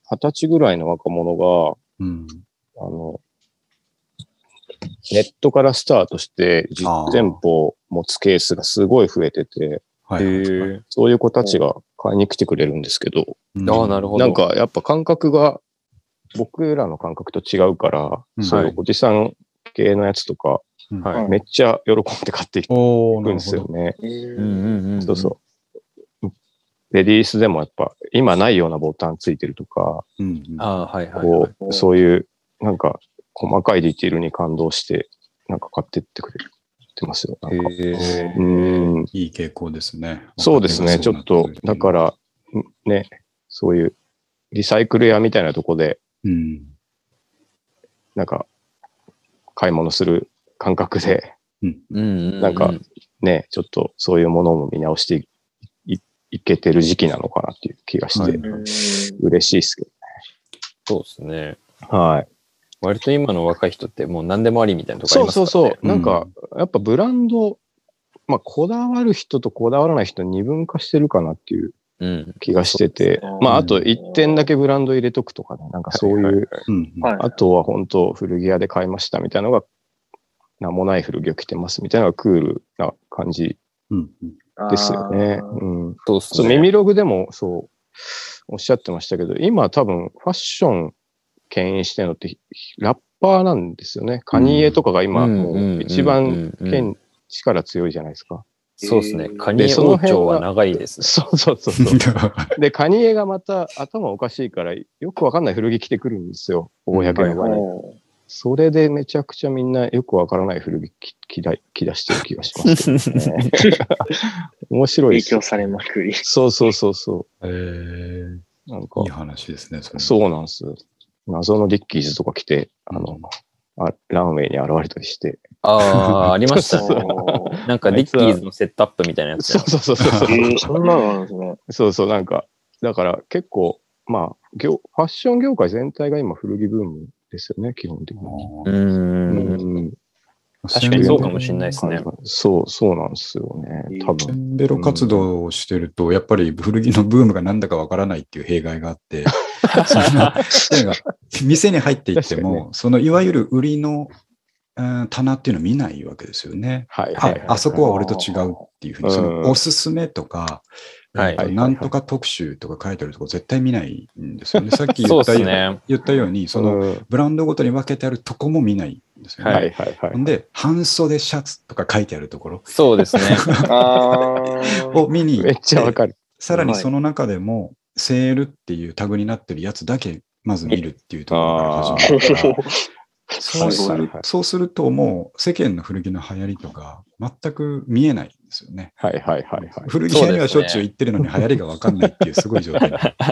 二十歳ぐらいの若者が、 うん。 あの、ネットからスタートして実店舗持つケースがすごい増えてて、 はいはいはい。 へそういう子たちが買いに来てくれるんですけど、 うんああ、なるほど。 なんかやっぱ感覚が僕らの感覚と違うから、 うんそういうおじさん系のやつとか、 うんはい。 めっちゃ喜んで買っていくおー、 んなるほど。 ですよね。 えうんうんうん。 そうそう。レディースでもやっぱ今ないようなボタンついてるとか、 うんうん。 ああ、はいはい、はい。 こう、そういうなんか細かいディティールに感動して、なんか買ってってくれてますよ。なんかへえ。 うん。 いい傾向ですね。 そうですね。ちょっと、だか、ら、ね、そういうリサイクル屋みたいなとこで、 うん。 なんか、買い物する感覚で、 うん。 うんうんうん。 なんかね、ちょっとそういうものも見直していい、いけてる時期なのかなっていう気がして、 はい嬉しいですけそうですね。 ど。はい。 割と今の若い人ってもう何でもありみたいなとこありそうますからね。 そうそう。なんか、やっぱブランド、まあ、こだわる人とこだわらない人二分化してるかなっていううん。 気がしてて、まあ、あと一点だけブランド入れとくとかね、なんかそういう、 はいはいはいうんうん。 はいあとは本当古着屋で買いましたみたいなのが、名もない古着を着てますみたいなのがクールな感じうんうん。 ですよね。 あーうん。 そうですそう、 ね。 耳ログでもそう、おっしゃってましたけど、今多分ファッション牽引してるのってラッパーなんですよね。カニエとかが今もう一番剣力強いじゃないですか。 そうですね。カニでエ王朝は長いですね。 そうそうそうそう。で、カニエがまた頭おかしいから、よくわかんない古着着てくるんですよ。公の場に。それでめちゃくちゃみんなよくわからない古着着着だ着出してる気がしますけどね。面白いです。 影響されまくり。 そうそうそうそえー、 う。なんかいい、話ですね、それ。 そうなんです。謎のディッキーズとか着て、あの、あランウェイに現れたりして。 ああ、ありましたね。 そなんかディッキーズのセットアップみたいなやつ。 そうそうそうそう。 えー、そんなのあるんですね。 そうそう、なんか、だから結構、まあ、業ファッション業界全体が今古着ブームですよね、基本的に。 うーん。 うん確かにそうかもしれないですね。 そう、そうなんですよね。多セ分。 ンベロ活動をしてると、やっぱり古着のブームがなんだかわからないっていう弊害があって、そのっていうのが店に入っていっても、そのいわゆる売りの、うん、棚っていうのを見ないわけですよね。 はいはいはい、 あ、あそこは俺と違うっていうふうに、そのおすすめとか、 はいえーとなんとか特集とか書いてあるとこ絶対見ないんですよね。さっき言ったように、 ね、 言ったように、そのブランドごとに分けてあるとこも見ないんですよね。 はいはいはい。 で、半袖シャツとか書いてあるところ。 そうですね。 を見に行って、 めっちゃわかる。 さらにその中でも、セールっていうタグになってるやつだけまず見るっていうところから始めるから、そうする、そうするともう世間の古着の流行りとか全く見えないんですよね。 はいはいはい、はい。 古着屋にはしょっちゅう行ってるのに流行りがわかんないっていうすごい状態。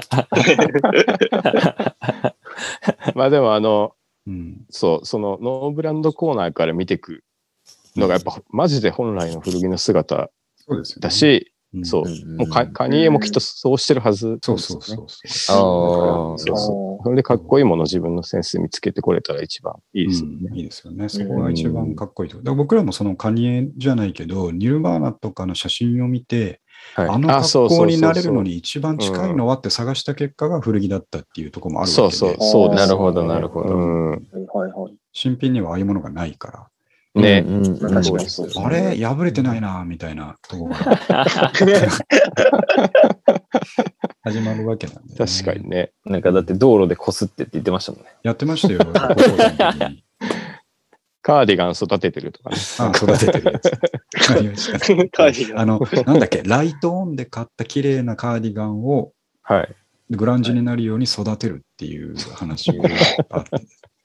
まあでもあの、 うん、 そう、そのノーブランドコーナーから見ていくのがやっぱマジで本来の古着の姿だし、そう、もうカカニエもきっとそうしてるはず、ね。 そうそうそうそう。 そうそう。それでかっこいいものを自分のセンス見つけてこれたら一番いいですよね。 うん、いいですよね。そこが一番かっこいいと。だから僕らもそのカニエじゃないけど、ニルバーナとかの写真を見て、はい、あの格好になれるのに一番近いのはって探した結果が古着だったっていうところもあるわけで。 そうそうそう。 なるほど、なるほど。 新品にはああいうものがないから。 ね、 うんうん、 確かにあれ破れてないなみたいなところが始まるわけなんで、ね、 確かにね。 なんかだって道路でこすってって言ってましたもんね。 やってましたよ。 カーディガン育ててるとかね。 ああ、育ててるやつ。ありましたね。カーディガン。あの、なんだっけ、ライトオンで買った綺麗なカーディガンを、 はい。 グランジになるように育てるっていう話があって。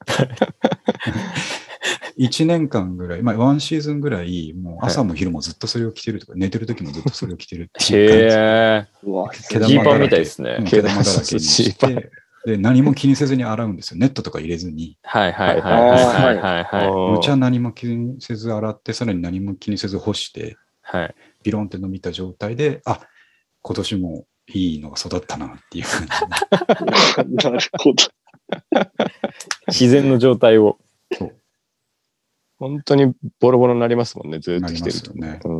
いちねんかんぐらい、まあ、ワンシーズンぐらい、もう朝も昼もずっとそれを着てるとか、はい、寝てる時もずっとそれを着てるっていう感じ。 へー。ジーパンみたいですね。 毛玉だらけにしてで、何も気にせずに洗うんですよ。ネットとか入れずに。 はいはいはいはいはいはい。 むちゃ何も気にせず洗って、さらに何も気にせず干して、 はい、 ビロンって伸びた状態で、あ、今年もいいのが育ったなっていう感じ。なるほど。 自然の状態を。 そう。 本当にボロボロになりますもんね、ずっと着てると。 ね。 うん、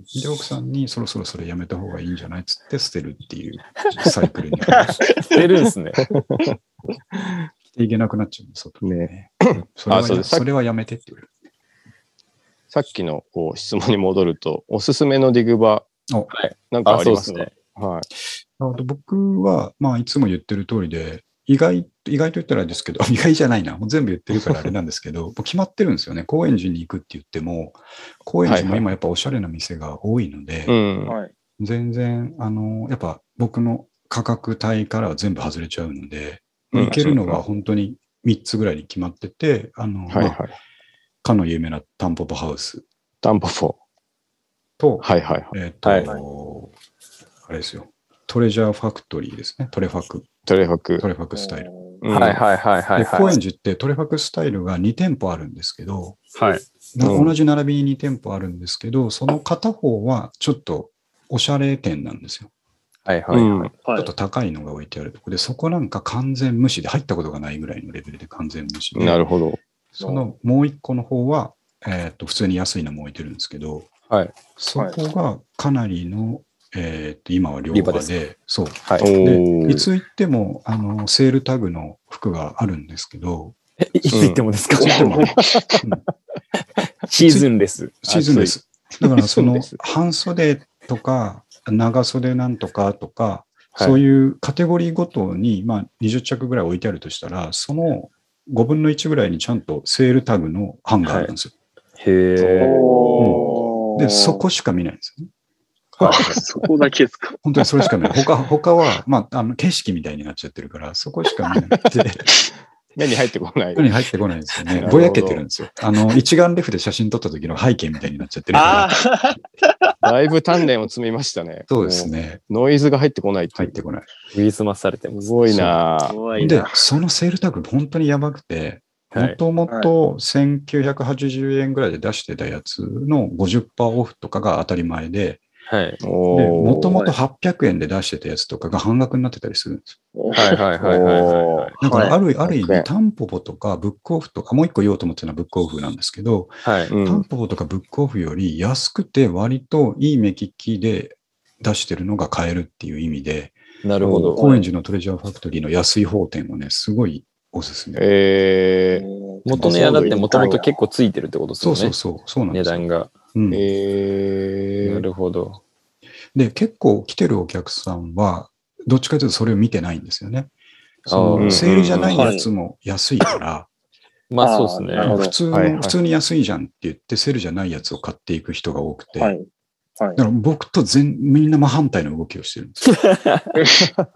で、奥さんにそろそろそれやめた方がいいんじゃないっつって捨てるっていうサイクルになります。 捨てるんですね。 着ていけなくなっちゃうんです、外にね。それはやあそうですそれはやめてって言われる。 さっきのこう質問に戻ると、おすすめのディグバおはい。 なんかあ、 ありますか？ そうですね。 はい。 あと僕は、まあ、いつも言ってる通りで、意外、意外と言ったらあれですけど、意外じゃないな。もう全部言ってるからあれなんですけど、もう決まってるんですよね。高円寺に行くって言っても、高円寺も今やっぱおしゃれな店が多いので、 うん。 はい。 全然、あの、やっぱ僕の価格帯からは全部外れちゃうので、 うん行けるのは本当にみっつぐらいに決まってて、あの、まあ、 はいはい。 かの有名なタンポポハウスタンポポ。 と、 はいはいはい。 えっ、と、 はいあれですよ。トレジャーファクトリーですね。トレファク。 トレファクト。レファクスタイル。 うんはいはいはいはいで、高はい。 円寺ってトレファクスタイルがに店舗あるんですけど、 はい。 なうん同じ並びにに店舗あるんですけど、その片方はちょっとおしゃれ店なんですよ。 はいはいうんはい。 はいちょっと。高いのが置いてあるところで、そこなんか完全無視で入ったことがないぐらいのレベルで完全無視で、 なるほど。 そのもう一個の方は、えー、と普通に安いのも置いてるんですけど、 はい。 そこがかなりの、えー、と今は量リバで販で、そう。 はい。 おで、 ーいつ行ってもあのセールタグの服があるんですけど、 えいつ行ってもですか、 いつ行ってもうんシーズンレス。 シーズンレス。だからそのシーズンレス半袖とか長袖なんとかとか、 はいそういうカテゴリーごとに、まあ、にじゅっ着ぐらい置いてあるとしたら、そのごぶんのいちぐらいにちゃんとセールタグのハンガーあるんですよ。 へえ。 おーで、そこしか見ないんですよね。 あそこだけですか。 本当にそれしか見ない。他、他は、まあ、あの景色みたいになっちゃってるから、そこしか見なくて、 目に入ってこない。 目に入ってこないんですよね。 なるほどぼやけてるんですよ。あの、一眼レフで写真撮った時の背景みたいになっちゃってるあから。 あ、 だいぶ鍛錬を積みましたね。 そうですね。 もう。ノイズが入ってこないっていう入ってこない。 ウィズマされてますす。 ごいなぁ。 で怖いな。、 そのセールタグ本当にやばくて、 はいもともとせんきゅうひゃくはちじゅうえんぐらいで出してたやつの ごじゅっパーセント オフとかが当たり前で、 はい。 もともとはいはっぴゃくえんで出してたやつとかが半額になってたりするんですよ。 はいはいはいはいはい。 だからある,、ある意ひゃくえん味、タンポポとかブックオフとか、もう一個言おうと思ってたのはブックオフなんですけど、 はい。 うんタンポポとかブックオフより安くて割といい目利きで出してるのが買えるっていう意味で、 なるほど。 高円寺のトレジャーファクトリーの安い方店はね、すごいおすすめ。 え元値はだってもともと結構ついてるってことですよね。 そうそうそう、そうなんですよ。 値段が。 うんー、えー、 なるほど。 で、結構来てるお客さんは、どっちかというとそれを見てないんですよね。そあーのセールじゃないやつも安いから、 まあそうですね。 なるほど普通の、 はいはい普通に安いじゃんって言って、セールじゃないやつを買っていく人が多くて、 はい。はいだから僕と全みんな真反対の動きをしてるんですよ。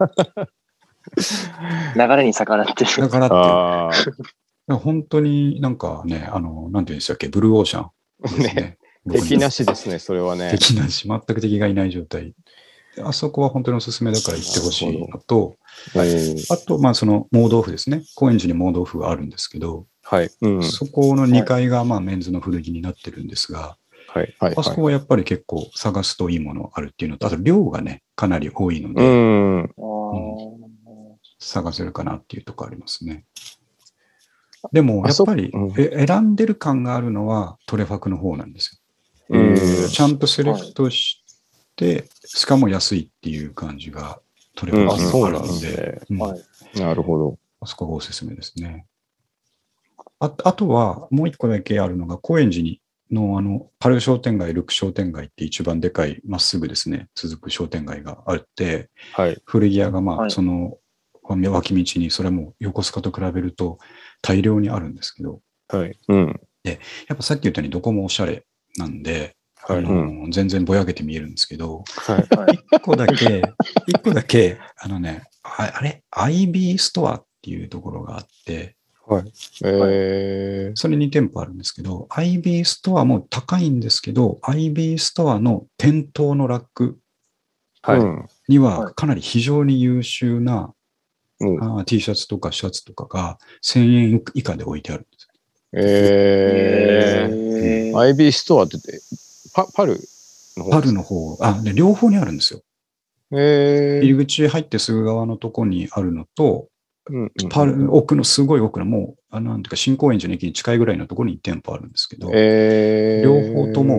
流れに逆らってる。 だからっていう、 あだから本当になんかね、あの、なんていうんでしたっけ、ブルーオーシャンですね。 ね僕に敵なしですね、それはね。 敵なし、全く敵がいない状態。であそこは本当におすすめだから行ってほしいのと、 うんあと、まあ、その、盲豆腐ですね。高円寺に盲豆腐があるんですけど、 はい。 うん。 そこのにかいが、まあ、メンズの古着になってるんですが、 はい。 はい、 あそこはやっぱり結構探すといいものあるっていうのと、あと量がね、かなり多いのうで、 ん。 あー探せるかなっていうところありますね。でも、やあそっぱり、 うんえ選んでる感があるのはトレファクの方なんですよ。 うん。 ちゃんとセレクトして、しかも安いっていう感じがトレファあ、 クそうにあるのなんですで、 ね。 うんはい。 なるほど。 あそこがおすすめですね。ああとは、もう一個だけあるのが、高円寺にの、あの、パル商店街、ルック商店街って一番でかい、まっすぐですね、続く商店街があって、 はい。 古着屋が、まあ、 はいその、脇道に、それも横須賀と比べると大量にあるんですけど、 はい。 うん。 やっぱさっき言ったようにどこもおしゃれなんで、 はい。 あの全然ぼやけて見えるんですけど、 はい。 はい。 一個だけ、一個だけ、あのね、ああれ、アイビー ストアっていうところがあって、 はい。 えー、 それに店舗あるんですけど、アイビー ストアも高いんですけど、アイビー ストアの店頭のラックはい。 うん。 にははいかなり非常に優秀な、 うんあー T シャツとかシャツとかがせんえん以下で置いてあるんです。 えー、 えー、 アイビー ストアってて、パパルの方パルの方、あ、で両方にあるんですよ。 えー、 入り口入ってすぐ側のとこにあるのと、 うんうんパル、奥の、すごい奥の、もう、あなんていうか、新高円寺の駅に近いぐらいのところにいち店舗あるんですけど、 えー、 両方とも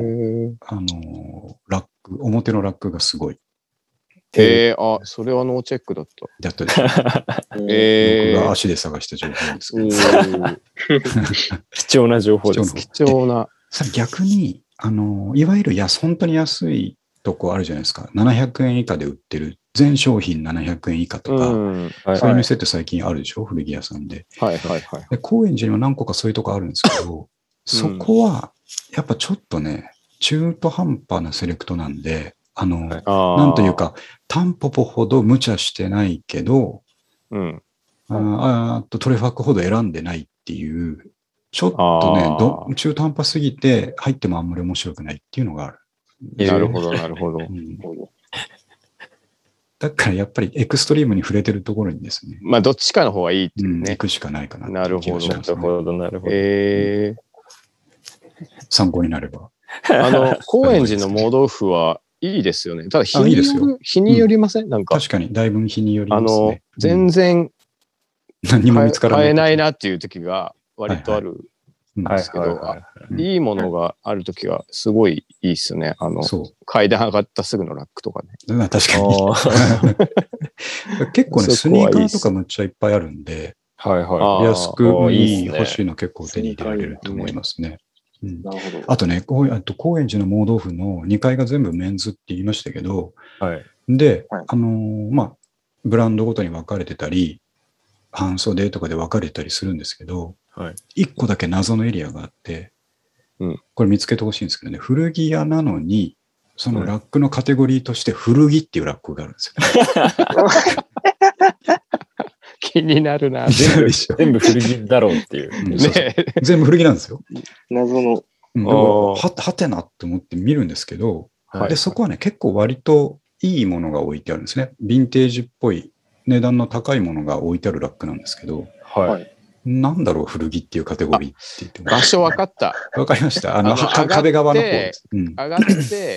ー、 あの、ラック、表のラックがすごい。 えー、あ、それはノーチェックだった。 だったでしょ。 えー、 僕が足で探した情報ですけど。 貴重な情報ですね。 貴重な。 さ逆に、あの、いわゆる安、本当に安いとこあるじゃないですか。ななひゃくえん以下で売ってる。全商品ななひゃくえん以下とか、 うんはい、そういう店って最近あるでしょ、古着屋さんで。 はいはいはい。 で高円寺には何個かそういうとこあるんですけど、そこは、やっぱちょっとね、中途半端なセレクトなんで、あの、はい、なんというか、タンポポほど無茶してないけど、 うん、 ああとトレファックほど選んでないっていう、ちょっとね、ど中途半端すぎて入ってもあんまり面白くないっていうのがある。 なるほど、なるほど。 うんだからやっぱりエクストリームに触れてるところにですね。 まあどっちかの方がいいっていうね。うん、 行くしかないかな、 ね。なるほど、 なるほど、なるほど。 えー、参考になれば。 あの、高円寺の盲豆腐はいいですよね。ただ日による、いい日によりません、うん、なんか。 確かに、だいぶ日によりますね。 あの、全然、うん、 何も見つからない。 買えないなっていう時が割とある。んですけど、いいものがあるときはすごいいいっすね。あの、階段上がったすぐのラックとかね。 確かに。結構ね、スニーカーとかむっちゃいっぱいあるんで、 はいはい、 安くいい欲しいの結構手に入れられると思いますね。なるほど。あとね、高円寺の盲豆腐のにかいが全部メンズって言いましたけど、 はい、 で、あのー、まあ、ブランドごとに分かれてたり、半袖とかで分かれたりするんですけど、 はい、 いっこだけ謎のエリアがあって、 うん、 これ見つけてほしいんですけどね、古着屋なのに、そのラックのカテゴリーとして古着っていうラックがあるんですよ。 気になるな。 全部、全部古着だろうっていう。 うん、そうそう全部古着なんですよ。 謎の。 うん、は, はてなって思って見るんですけど、はい、でそこはね、結構割といいものが置いてあるんですね。ヴィンテージっぽい値段の高いものが置いてあるラックなんですけど、 はい、 なんだろう、古着っていうカテゴリーって言って場所分かった。 分かりました。あの、あの壁側の方です。 うん、上がって、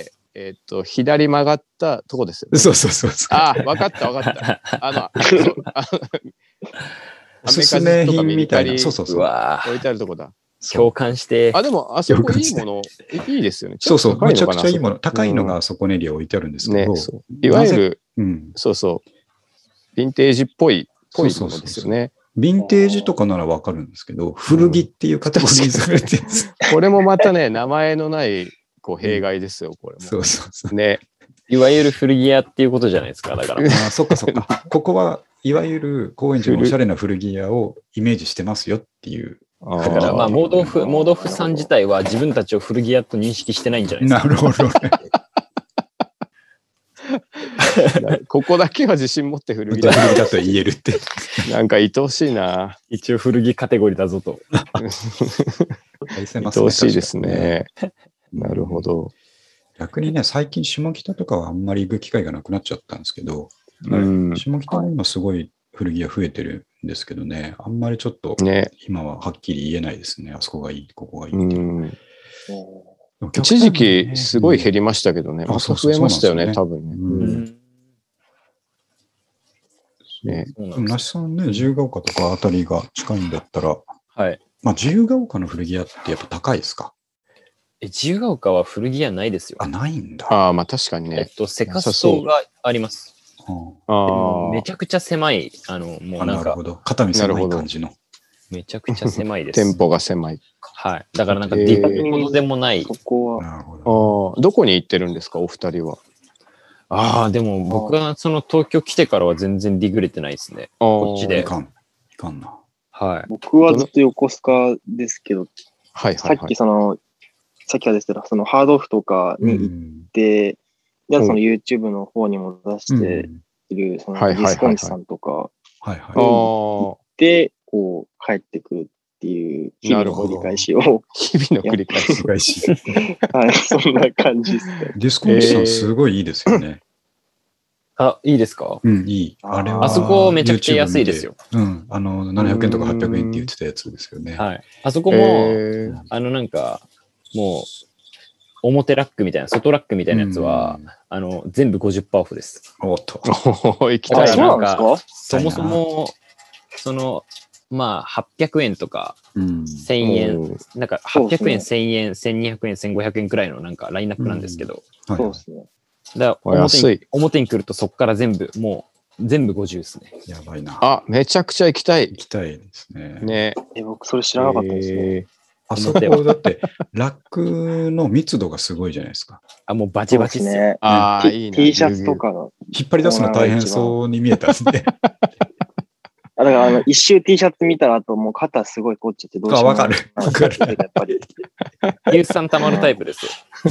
えっと、左曲がったとこですよ、 ね。そうそうそうそう。 あ、分かった分かった。あの、そうあのおすすめ品みたいな。そうそうそう。 置いてあるとこだ。 共感して。 あ、でも、あそこいいもの、いいですよね。 そうそう。めちゃくちゃいいもの。高いのがあそこにエリア置いてあるんですけど。 ね、いわゆる、うん、そうそう。ヴィンテージっぽい、ぽいものですよね。 ヴィンテージとかならわかるんですけど、古着っていうカテゴリーにされてるんです。 これもまたね、名前のないこう弊害ですよ、これも。 そうそうそう。 ね。 いわゆる古着屋っていうことじゃないですか、だから。 あ、そっかそっか。ここはいわゆる高円寺のおしゃれな古着屋をイメージしてますよっていう。 だからまあ、盲豆腐、盲豆腐さん自体は自分たちを古着屋と認識してないんじゃないですか。 なるほどね。 ここだけは自信持って古着だだと言えるって。 なんか愛おしいな。 一応古着カテゴリーだぞと。 愛おしいですね。なるほど。 逆にね、最近下北とかはあんまり行く機会がなくなっちゃったんですけど、 うん、 下北も今すごい古着屋増えてるんですけどね、あんまりちょっと今ははっきり言えないですね。あそこがいい、ここがいいっていう。うん一時期すごい減りましたけどね。また増えましたよね、多分ね。うんね、那須さんね、自由が丘とかあたりが近いんだったら、 はい。 まあ自由が丘の古着屋ってやっぱ高いですか？ え、自由が丘は古着屋ないですよ。 あ、ないんだ。 ああ、まあ確かにね。 えっと、セカストがあります。 ああ。 めちゃくちゃ狭い、あの、もうなんか。 なるほど。肩身狭い感じの。 めちゃくちゃ狭いです。 店舗が狭い。 はい。だからなんかディグるほどでもない。 そこは。 なるほど。ああ、どこに行ってるんですか、お二人は。 ああ、でも僕はその東京来てからは全然ディグれてないですね。こっちで。 いかん。いかんな。 はい。 僕はずっと横須賀ですけど、 はいはい、 さっきその、さっきからですけど、そのハードオフとかに行って、で、その YouTube の方にも出している、そのディスコンチさんとかに行って、こう、帰ってくるっていう日々の繰り返しを。 日々の繰り返し。 はい、そんな感じですね。 ディスコンチさんすごいいいですよね。 あ、いいですか？ うん、いい。あれは。 あそこめちゃくちゃ安いですよ。 うん。あの、ななひゃくえんとかはっぴゃくえんって言ってたやつですよね。 はい。あそこも、あの、なんか、もう、表ラックみたいな、外ラックみたいなやつは、あの、全部 ごじゅっパーセント オフです。 おっと。 行きたいな。 なんか、そもそも、その、 まあ、はっぴゃくえんとか、 うん、 せんえん、 うん、 なんかはっぴゃくえん、せんえん、せんにひゃくえん、せんごひゃくえんくらいのなんかラインナップなんですけど。 うん、 そうですね。 だから表に、表に来るとそこから全部、もう全部ごじゅうですね。 やばいな。 あ、めちゃくちゃ行きたい。 行きたいですね。 ね。 え、僕それ知らなかったですね。えー、 あそこだって、ラックの密度がすごいじゃないですか。 あ、もうバチバチっすね。 ねああ、いいな。 T シャツとかの。 引っ張り出すの大変そうに見えたんですね。 あ、だからあの、一周 T シャツ見たら、あともう肩すごい凝っちゃってどうしようもない。 あ、わかる。わかる。 やっぱり。 有酸溜まるタイプですよ。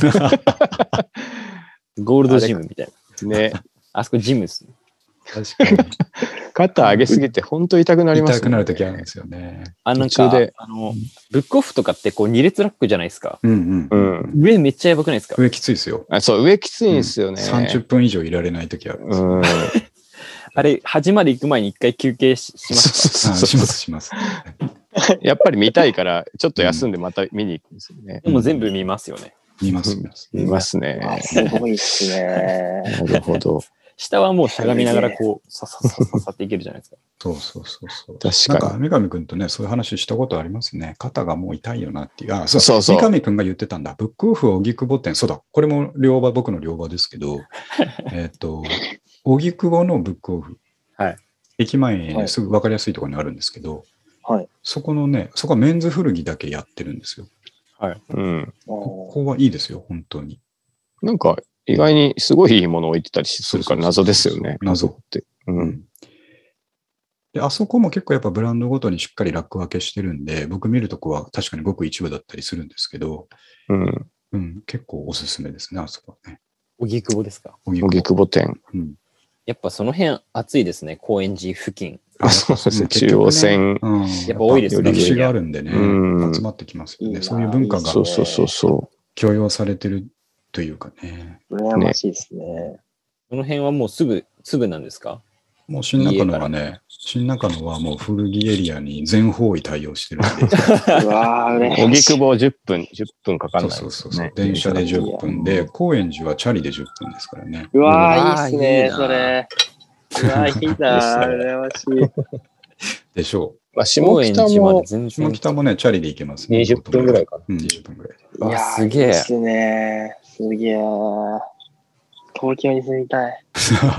ゴールドジムみたいな。ね。 あそこジムですね。 確かに。 肩上げすぎて本当痛くなりますね。 痛くなるときあるんですよね。 あ、なんか、あの、ブックオフとかってこうに列ラックじゃないですか。 うんうん。 上めっちゃやばくないですか？ 上きついですよ。 あ、そう、上きついんですよね。 さんじゅっぷん以上いられないときあるんですよ。 あれ、端まで行く前に一回休憩 し, しますか？ しますします。 やっぱり見たいから、ちょっと休んでまた見に行くんですよね。 でも全部見ますよね。 見ます見ます。 見ますね。 すごいっすね。 なるほど。 下はもうしゃがみながらこう、さささささっていけるじゃないですか。 そうそうそうそう。 確かに。なんか、三上くんとね、そういう話したことありますね。肩がもう痛いよなっていう。あ、そうそうそう。 三上くんが言ってたんだ。ブックオフ荻窪店。そうだ。これも両場、僕の両場ですけど、えっと、荻窪のブックオフ。 はい。 駅前に、ね、すぐ分かりやすいところにあるんですけど、 はい。 そこのね、そこはメンズ古着だけやってるんですよ。 はい。 うん。 ここはいいですよ、本当に。 なんか、意外にすごいいいものを置いてたりするから謎ですよね。 謎って。うん。 で、あそこも結構やっぱブランドごとにしっかりラック分けしてるんで、僕見るとこは確かにごく一部だったりするんですけど、 うん。 うん、結構おすすめですね、あそこはね。 荻窪ですか？ 荻窪店。 うん。 やっぱその辺暑いですね、高円寺付近。 あ、そうですね、中央線。 うん、 やっぱ多いですね。歴史があるんでね、 うん、 集まってきますよね。そういう文化がそうそうそうそう許容されてるというかね。 羨ましいですね。 その辺はもうすぐ、すぐなんですか？ もう新中野はね、新中野はもう古着エリアに全方位対応してるんで。 うわぁ、ね。 荻窪じゅっぷん、じゅっぷんかかんない、ね。 そうそうそう。電車でじゅっぷんで、高円寺はチャリでじゅっぷんですからね。 うわぁ、いいっすね、それ。うわぁ、いいなぁ、羨ましい。 でしょう。まあ、下北も、 下北もね、チャリで行けますね。 にじゅっぷんぐらいかな。 うん、にじゅっぷんぐらいで。いやー、すげえ。ですね。すげえ。東京に住みたい。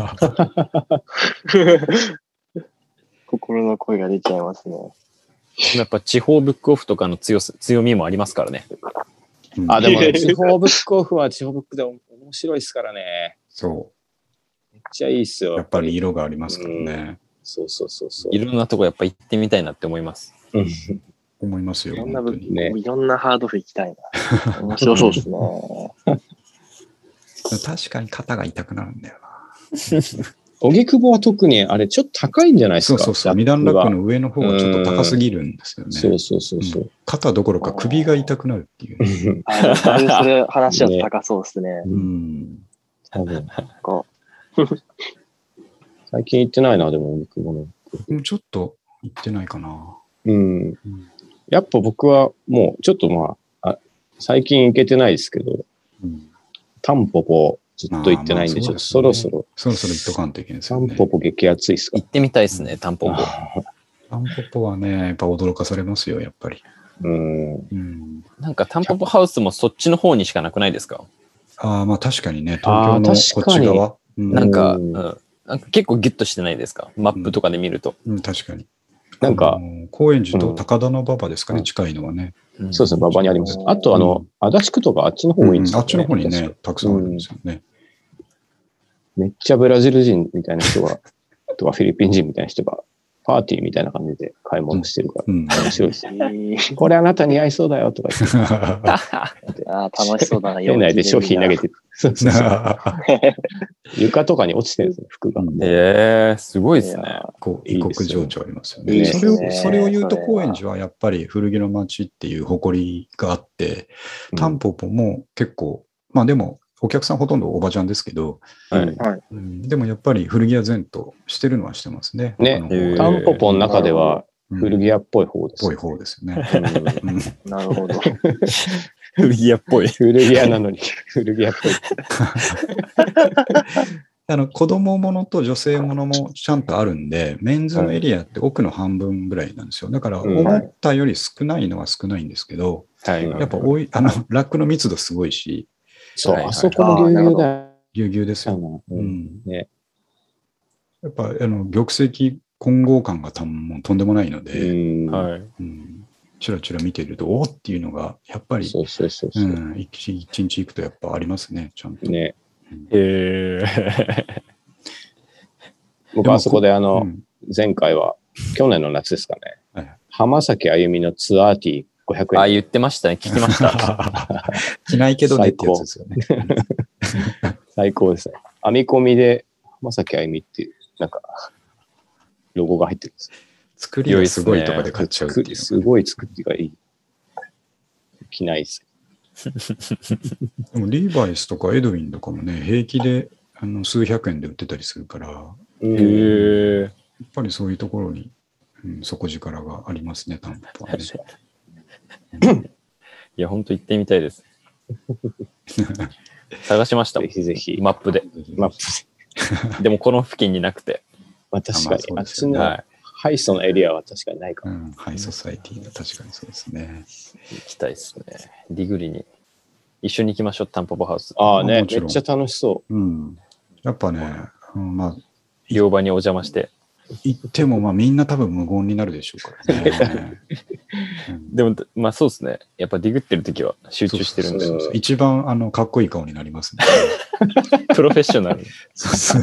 心の声が出ちゃいますね。 やっぱ地方ブックオフとかの 強, 強みもありますからね。 うん、あ、でも、ね、地方ブックオフは地方ブックで面白いですからね。 そう。 めっちゃいいっすよ。 やっぱり色がありますからね。うん、 そうそうそうそう。 いろんなとこやっぱ行ってみたいなって思います。 うん、 思いますよ。 いろんな、ね、いろんなハードオフ行きたいな。面白そうですね。 確かに肩が痛くなるんだよな。 荻窪は特にあれちょっと高いんじゃないですか。 そうそうそう。二段ラックの上の方がちょっと高すぎるんですよね。 そうそうそうそう、うん。 肩どころか首が痛くなるっていう、 ね。あそれ話は高そうですね。 うん。 多分。最近行ってないな、でも荻窪の。 ちょっと行ってないかな。 うん。うん、やっぱ僕はもうちょっとまあ、あ最近行けてないですけど、うん、タンポポずっと行ってないんで、ちょっとそろそろ。 そろそろ行っとかんといけないですよね。 タンポポ激アツいっすか？ 行ってみたいですね、タンポポ。 タンポポはね、やっぱ驚かされますよ、やっぱり。 うん。 うん、 なんかタンポポハウスもそっちの方にしかなくないですか？ ああ、まあ確かにね、東京のこっち側。 うん、なんか、うん、なんか結構ギュッとしてないですか？マップとかで見ると。 うん、うん、確かに。 なんか、 高円寺と高田の馬場ですかね、うん、近いのはね。 うん、そうですね、馬場にあります。あと、あの、足立区とかあっちの方がいいんですよね、 うん。あっちの方にね、たくさんあるんですよね。 うん、めっちゃブラジル人みたいな人が、とかフィリピン人みたいな人が、パーティーみたいな感じで買い物してるから、うん、面白いですよ、ね。これあなた似合いそうだよとか言って。 あ楽しそうだな。 店内で商品投げてる。そうそうそう床とかに落ちてるんですね、服が。 えー、すごいですね。 こう異国情緒ありますよね。いいそれを、それを言うと高円寺はやっぱり古着の街っていう誇りがあって、タンポポも結構、まあでもお客さんほとんどおばちゃんですけど、 はいうん、でもやっぱり古着屋前としてるのはしてますね。 ね、タンポポの中では古着屋っぽい方です。 ぽい方ですよね。 なるほど。 古着屋っぽい。 古着屋なのに古着屋っぽい。 あの子供ものと女性ものもちゃんとあるんで、メンズのエリアって奥の半分ぐらいなんですよ。だから思ったより少ないのは少ないんですけど、 はい、 やっぱ多い、あの、ラックの密度すごいし、 そう、 はいはいあそこもぎゅうぎゅうだよ。 ぎゅうぎゅうですよ。 ううんん。 ね。 やっぱ、あの、玉石混合感がたもうとんでもないのうで、 ん。 はい。 うん、チラチラ見てると、おーっていうのが、やっぱり、 そうそうそううそう。 ん、一日一日行くとやっぱありますね、ちゃんと。 ね。 へえ。 僕はそこであの、 うん前回は、去年の夏ですかね。 はい浜崎あゆみのツアーティーごひゃくえん。 あ、言ってましたね。聞きました。 着ないけどねってやつですよね。 最高ですね。編み込みで浜崎あゆみっていう、なんか、ロゴが入ってるんです。 作りがすごいとかで買っちゃうっていう。 すごい作ってがいい。着ないです。 でもリーバイスとかエドウィンとかもね、平気であの数百円で売ってたりするから、やうんへえ。 っぱりそういうところに、うん、底力がありますね、タンポポはね。 いや、ほんと行ってみたいです。探しましたもぜひぜひ。 ん。マップで。 マップでもこの付近になくて。 まあ確かに、 あまああっちのはハイソのエリアは確かにないかも。 うん、ハイソサイティーだ、確かにそうですね。 い。行きたいですね。ディグリに。一緒に行きましょう、タンポポハウス。 ああね、 もちろんめっちゃ楽しそうん。やっぱね、うん、まあ、 両場にお邪魔して。 行ってもまあみんな多分無言になるでしょうからね。うんでも、まあそうですね。やっぱディグってる時は集中してるんで、 そうそうそう一番あのかっこいい顔になりますね。 プロフェッショナル。 そうそう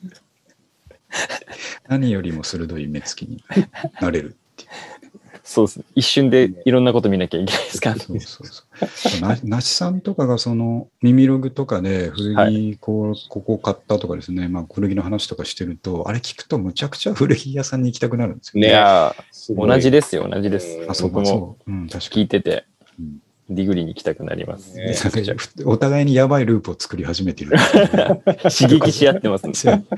何よりも鋭い目つきになれるっていう。 そうですね。一瞬でいろんなこと見なきゃいけないですからね。 そうそうそう。ななしさんとかがその耳ログとかで古着こう、ここ買ったとかですね、まあ古着の話とかしてると、あれ聞くとむちゃくちゃ古着屋さんに行きたくなるんですよねいやすごい同じですよ、同じですう。んあ、そう僕もそう。うん、確かに。 聞いてて、 うんディグリに行きたくなります。 ねなんかお互いにやばいループを作り始めている。 刺激し合ってますね。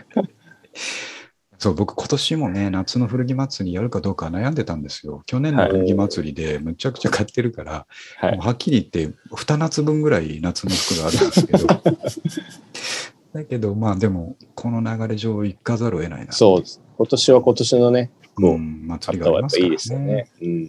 そう、僕今年もね、夏の古着祭りやるかどうか悩んでたんですよ。去年の古着祭りでむちゃくちゃ買ってるから、 はいもうはっきり言ってに夏分ぐらい夏の服があるんですけど、だけどまあでもこの流れ上行かざるを得ないな。 そうです。今年は今年のね、こう、 うん、 買祭りった方がやっぱいいがありますからですよね。うん。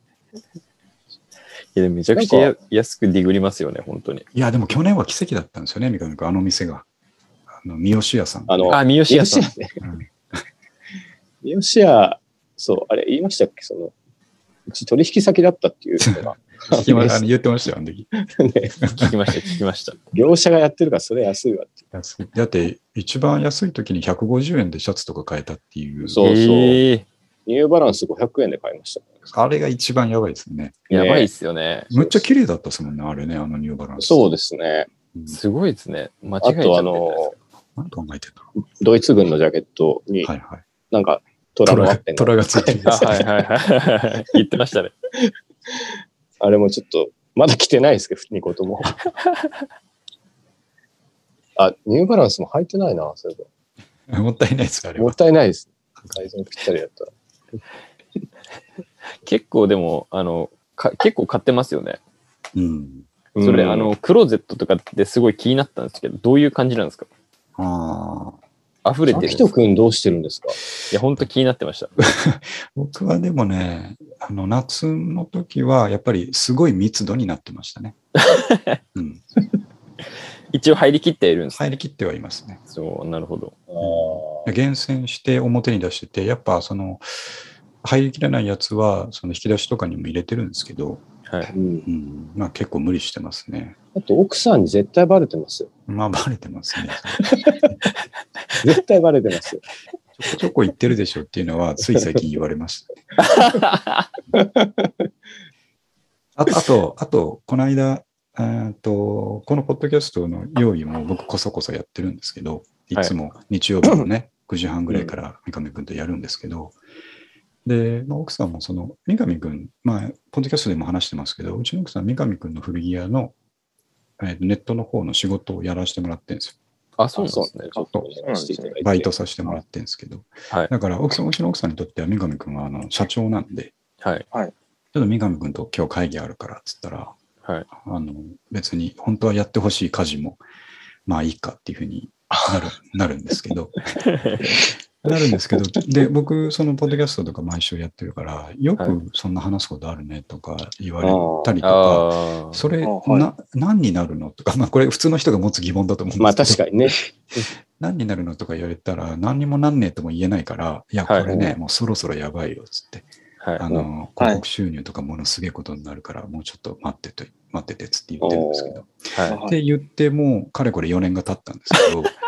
いやでもめちゃくちゃや安くディグりますよね、本当に。 いや、でも去年は奇跡だったんですよね、三上君、あの店が。あの、三好屋さん。 あの、 あ、三好屋さん。 三好屋ね。 うん三好屋、そう、あれ言いましたっけその、うち取引先だったっていうのが。 聞きまあの言ってましたよ、あの時。 ね聞きました、聞きました。 業者がやってるからそれ安いわって。 安いだって、一番安い時にひゃくごじゅうえんでシャツとか買えたっていう。 そうそうえーニューバランスごひゃくえんで買いました。 あれが一番やばいですね。 やばいっすよね。 むっちゃ綺麗だったですもんね、あれね、あのニューバランス。 そうですね。 うんすごいですね。間違あとあえちゃってるの、 何考えてんだろドイツ軍のジャケットにう。、はいはい。 なんか、虎のワッペン虎がついてるやつ。 あはいはいはい。言ってましたね。 あれもちょっと、まだ着てないですけど、にことも。あ、ニューバランスも履いてないな、そういえもったいないです、あば。もれはっ。たいないです。サイズにぴったりだったら。 結構でも、あの、か結構買ってますよね。 うん。 それ、 うんあの、クローゼットとかですごい気になったんですけど、どういう感じなんですか？ ああ。 溢れてるんですか？ 秋人くんどうしてるんですか？ いや、本当気になってました。 僕はでもね、あの、夏の時は、やっぱりすごい密度になってましたね。うん。 一応入りきっているんですね。 入りきってはいますね。 そう、なるほど。 あー厳選して表に出してて、やっぱその、入りきらないやつは、その引き出しとかにも入れてるんですけど、 はい。 うんう。ん、まあ結構無理してますね。 あと、奥さんに絶対バレてますよ。 まあバレてますね。 絶対バレてますよ。 ちょこちょこ言ってるでしょっていうのは、つい最近言われました。あと、あと、あとこの間、えーと、このポッドキャストの用意も僕こそこそやってるんですけど、いつも日曜日のね、くじはんぐらいから三上くんとやるんですけど、で、まあ、奥さんもその三上くん、まあ、ポッドキャストでも話してますけど、うちの奥さん、三上くんの古着屋の、えーネットの方の仕事をやらせてもらってるんですよ。 あ、そうなんですね。 ちょっとお願いしていただいて。 バイトさせてもらってるんですけど、 はい。 だから奥さん、うちの奥さんにとっては三上くんはあの社長なんで、 はい。 ちょっと三上くんと今日会議あるからっつったら、 はい。 あの別に本当はやってほしい家事もまあいいかっていうふうになる、なるんですけど。なるんですけど、で、僕、そのポッドキャストとか毎週やってるから、よくそんな話すことあるねとか言われたりとか、それな、何になるのとか、まあこれ普通の人が持つ疑問だと思うんですけど、 まあ確かにね。 何になるのとか言われたら、何にもなんねえとも言えないから、いや、これね、はい、もうそろそろやばいよ、つって。はい、あの、広告収入とかものすげえことになるから、もうちょっと待ってて、待ってて、つって言ってるんですけど。はい、って言っても、かれこれよねんが経ったんです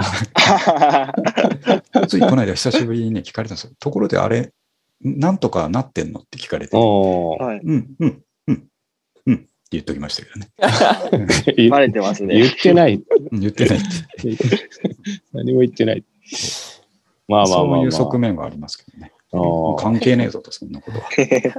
けど、ついこの間久しぶりにね、聞かれたんですよ。ところであれ、なんとかなってんのって聞かれて、はい、うん、うん、うん、うんって言っときましたけどね。バレてますね。 言ってない。 言ってないって。 何も言ってない。まあまあまあ、まあ、 そういう側面はありますけどね。関係ねえぞと、そんなことは。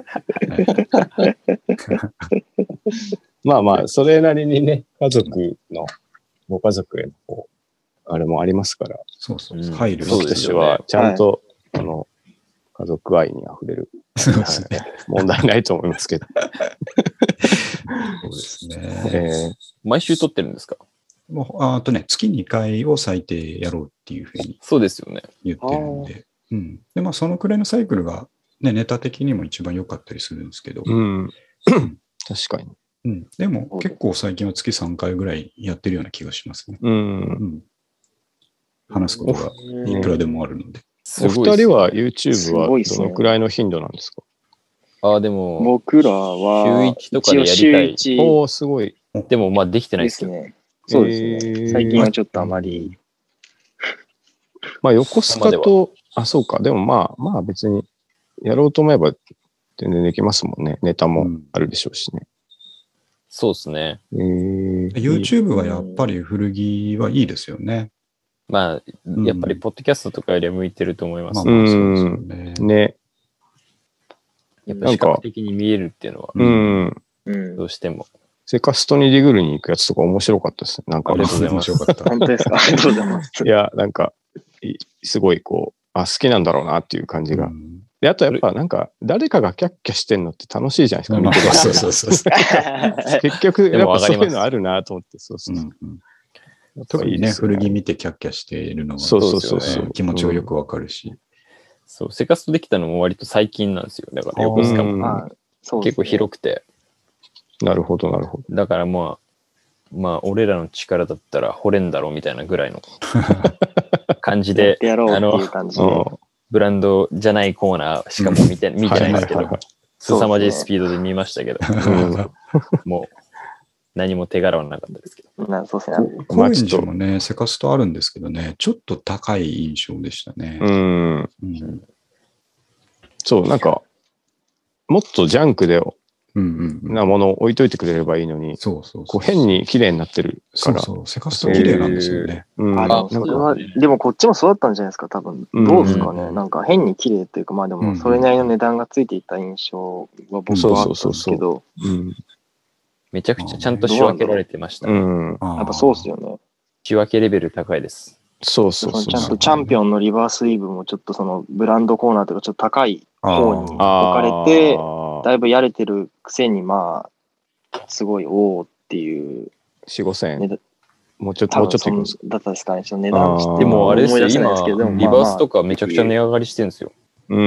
まあまあ、それなりにね、家族の、ご家族へのこう、あれもありますから。 そうそうそう。配慮僕としては、ちゃんと、あの、家族愛に溢れる。 そうですね。 問題ないと思いますけど。 そうですね。 えー、毎週撮ってるんですか？ もう、あとね、月にかいを最低やろうっていうふうに。 そうですよね。 言ってるんで。うん。で、まあ、そのくらいのサイクルが、ね、ネタ的にも一番良かったりするんですけど。 うん。確かに。 うん。でも、結構最近は月さんかいぐらいやってるような気がしますね。 うん。 うん、話すことがいくらでもあるので。 お二人は YouTube はどのくらいの頻度なんですか？ ああ、でも、 僕らは、 週いちとかでやりたい。 おー、すごい。 でも、まあ、できてないですよね。そうですね。最近はちょっとあまり。 まあ、横須賀と、あ、そうか。でもまあ、まあ別に、やろうと思えば全然できますもんね。ネタもあるでしょうしね。うん、 そうですね。 えー、 YouTube はやっぱり古着はいいですよね。 まあ、やっぱりポッドキャストとかよりは向いてると思います。 うん、まあ、そうですよね。ね。 やっぱり視覚的に見えるっていうのは、 うん、 どうしても。 セカストにディグルに行くやつとか面白かったですね。なんかありがとうございます。 本当ですか？ありがとうございます。 いや、なんか、すごいこう、あ、好きなんだろうなっていう感じが。うん、で、あとやっぱなんか、誰かがキャッキャしてんのって楽しいじゃないですか。見てるそうそうそうそう。 結局、やっぱそういうのあるなと思って、そうそうそう。 うんうん、特にね、古着見てキャッキャしているのが、 そうそうそうそう、 気持ちをよくわかるし、うん。 そう、セカストできたのも割と最近なんですよ。だから横須賀も結構広くて。 なるほど、なるほど。 だからまあ、まあ、俺らの力だったら掘れんだろうみたいなぐらいの感じで、 あの、 ブランドじゃないコーナーしかも見て、見てないですけど、凄まじいスピードで見ましたけど、もう何も手柄はなかったですけど。 そうですね。 高円寺もね、セカストあるんですけどね、ちょっと高い印象でしたね。 うん。うん、そう、なんか、もっとジャンクで、 うんうん、 なものを置いといてくれればいいのに、 そうそうこう変に綺麗になってるから。 そうそう、セカスト綺麗なんですよね。 えー、うん、あなんかでもこっちもそうだったんじゃないですか、多分。どうですかね。うん、なんか変に綺麗というか、まあでもそれなりの値段がついていた印象は僕はあったんですけど。 めちゃくちゃちゃんと仕分けられてましたね。 うん、やっぱそうですよね。 仕分けレベル高いです。 そうそうそう。 ちゃんとチャンピオンのリバースイーブもちょっとそのブランドコーナーとかちょっと高い方に置かれて、だいぶやれてるくせにまあ、すごいおおっていう。 よん、ごせんえん。もうちょっと、もうちょっといくんですか？ だったですかね。ちょっと値段して。 でもあれですよ、今、リバースとかめちゃくちゃ値上がりしてるんですよ。 うん。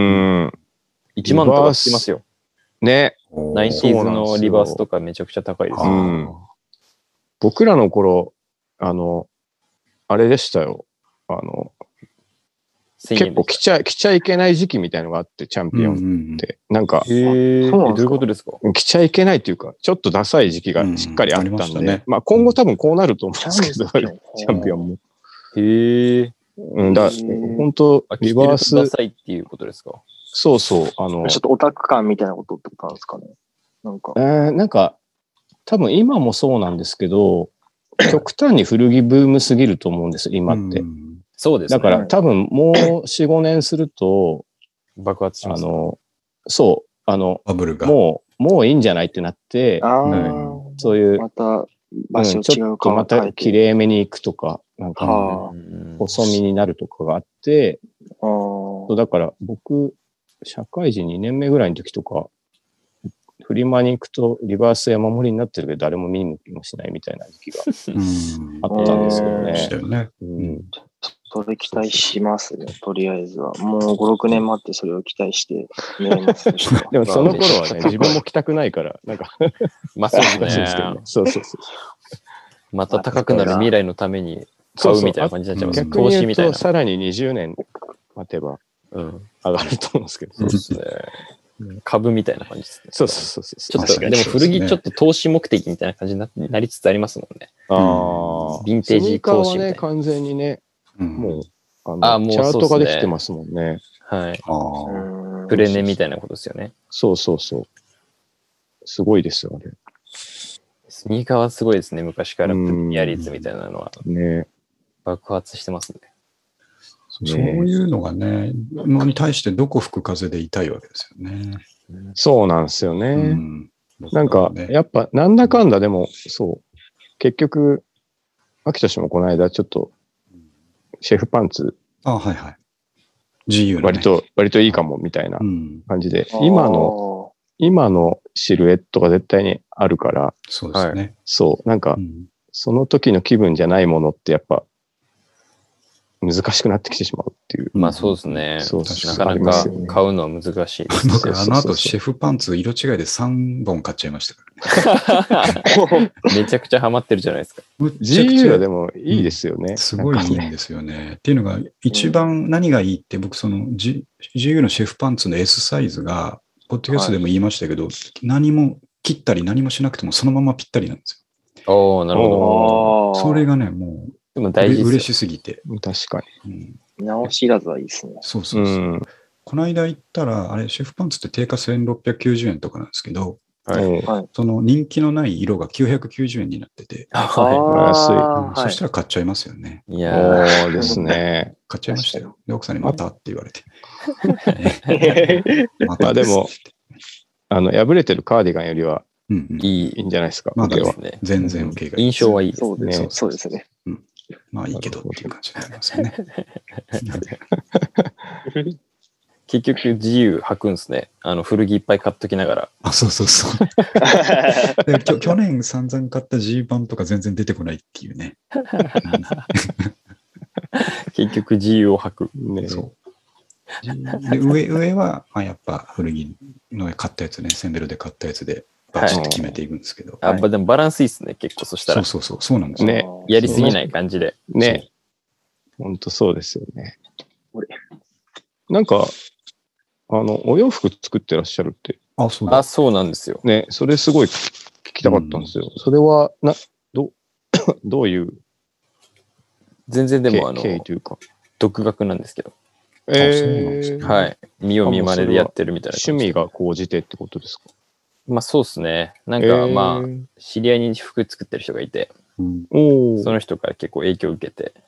いちまんとかつきますよ。 ね。 ナインティーズのリバースとかめちゃくちゃ高いです。 うん。僕らの頃、あの、あれでしたよ。あの、結構着ちゃ、着ちゃいけない時期みたいのがあって、チャンピオンって。うんうん、なんか、 へー、どういうことですか？ 着ちゃいけないっていうか、ちょっとダサい時期がしっかりあったんで、うん、ありましたね。まあ今後多分こうなると思うんですけど、チャンピオンも。 へー。 うん、だ本当リバース。 ダサいっていうことですか？ そうそう。あの、 ちょっとオタク感みたいなことってことなんですかね。なんか。 えー、なんか、多分今もそうなんですけど、極端に古着ブームすぎると思うんです、今って。 うんそうですね。 だから多分もうよん、ごねんすると、 爆発します、 ね。あの、そう、あの、 バブルがもう、もういいんじゃないってなって、 うん、 そういう、 また場所違う、うん、 ちょっとまた綺麗めに行くとか、なんか、細身になるとかがあって、そうだから僕、社会人にねんめぐらいの時とか、 フリマに行くとリバース山盛りになってるけど誰も見向きもしないみたいな時期があったんですけどね。 したよね。 うん、 それ期待しますね、とりあえずは。もうご、ろくねん待ってそれを期待して狙います、ね。 でもその頃はね、自分も着たくないから、なんかまあそうですね。 そうそうそう。 また高くなる未来のために買うみたいな感じになっちゃいます。 逆に言うとさらににじゅうねん待てば上がると思うんですけど。 そうですね。株みたいな感じですね。 そうそうそうちょっと、でも古着ちょっと投資目的みたいな感じに な, なりつつありますもんね。 ああ。 ヴィンテージ投資みたいな。 ね、完全にね、もう、あのあもうチャートができてますもんね。 はい。 あプレネみたいなことですよね。 そうそうそう。すごいですよ、あれ。 スニーカーはすごいですね。昔からプレミア率みたいなのは。 ね。 爆発してますね。 そういうのがね、のに対してどこ吹く風で痛いわけですよね。 そうなんですよね。うん、なんか、 ね、 やっぱ、なんだかんだでも、そう。結局、秋田氏もこの間、ちょっと、シェフパンツ。 あ、はいはい。自由な、ね。 割と、割といいかも、みたいな感じで、うん、今の、今のシルエットが絶対にあるから。 そうですね。 そう。なんか、うん、その時の気分じゃないものってやっぱ、難しくなってきてしまうっていう。 まあそうですね。 そうなかなか買うのは難しいです、 ね。僕、あの後シェフパンツ色違いでさんぼん買っちゃいましたからね。 めちゃくちゃハマってるじゃないですか。 ジーユー はでもいいですよね。 うん、すごいいいんですよね。っていうのが、一番何がいいって、僕その ジーユー のシェフパンツの S サイズが、ポッドキャストでも言いましたけど、はい、何も切ったり何もしなくてもそのままぴったりなんですよ。おー、なるほど。それがね、もう、 でも大事です。 嬉しすぎて。 確かに。うん、直しいらずはいいですね。 そうそうそう。うん、この間行ったら、あれ、シェフパンツって定価せんろっぴゃくきゅうじゅうえんとかなんですけど、 はい、 その人気のない色がきゅうひゃくきゅうじゅうえんになってて、 はい、 そしたら買っちゃいますよね。 いやーですね。 買っちゃいましたよ。で、奥さんにまたって言われて。 またでも、あの、破れてるカーディガンよりは、 うんうん、 いい、 いいんじゃないですか。 まだですね。全然受けがいい。 印象はいいですね。そうですね。そうですね。 うん、まあいいけどっていう感じになりますよね。 結局自由履くんですね。あの古着いっぱい買っときながら。 あ、そうそうそうできょ。去年散々買った G 版とか全然出てこないっていうね。 結局自由を履く。 ね、そうで上, 上は、まあ、やっぱ古着の買ったやつね、センベロで買ったやつでバチッと決めていくんですけど。 はい、あ、でもバランスいいっすね、結構そしたら。 そうそうそう、そうなんですよ。 ね。 やりすぎない感じで。 ね。ほんとそうですよね。なんか、あの、お洋服作ってらっしゃるって。 あ、そうだ。 あ、そうなんですよ。 ね、それすごい聞きたかったんですよ。うん、それは、な、ど、どういう。 全然でも、あの、 経緯というか。 独学なんですけど。 えー、 ね、 はい。見よう見まねでやってるみたいな。 趣味が高じてってことですか？ まあそうですね。なんか、えー、まあ、知り合いに服作ってる人がいて、 うん、 その人から結構影響を受けて。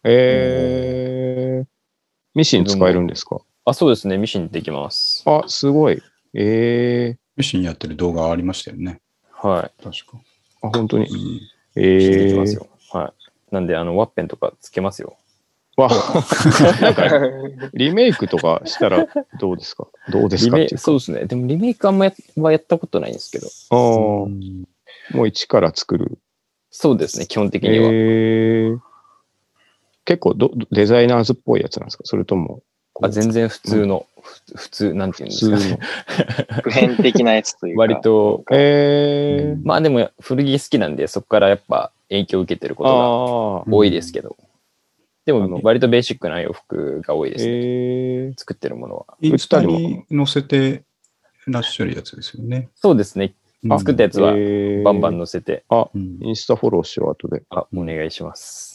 えー、ミシン使えるんですか？ あ、そうですね。ミシンできます。 あ、すごい。えー、 ミシンやってる動画ありましたよね。 はい。 確か。 あ、本当に。うん、 えー、できますよ。はい。なんで、あの、ワッペンとかつけますよ。 わなんかリメイクとかしたらどうですか？どうですかっていうか。 そうですね。でもリメイクあんま や, はやったことないんですけど。 ああ、もう一から作る。 そうですね、基本的には。 えー、結構どデザイナーズっぽいやつなんですか？それとも。 あ、全然普通の、うん、普通、なんていうんですかね。 普遍的なやつというか。 割と、 えー、 まあでも古着好きなんで、そこからやっぱ影響を受けてることが多いですけど。でも割とベーシックな洋服が多いですね。 えー、 作ってるものは。 インスタに載せてらっしゃるやつですよね。 そうですね。作ったやつはバンバン載せて。 あ、インスタフォローしよう、後で。 あ、お願いします。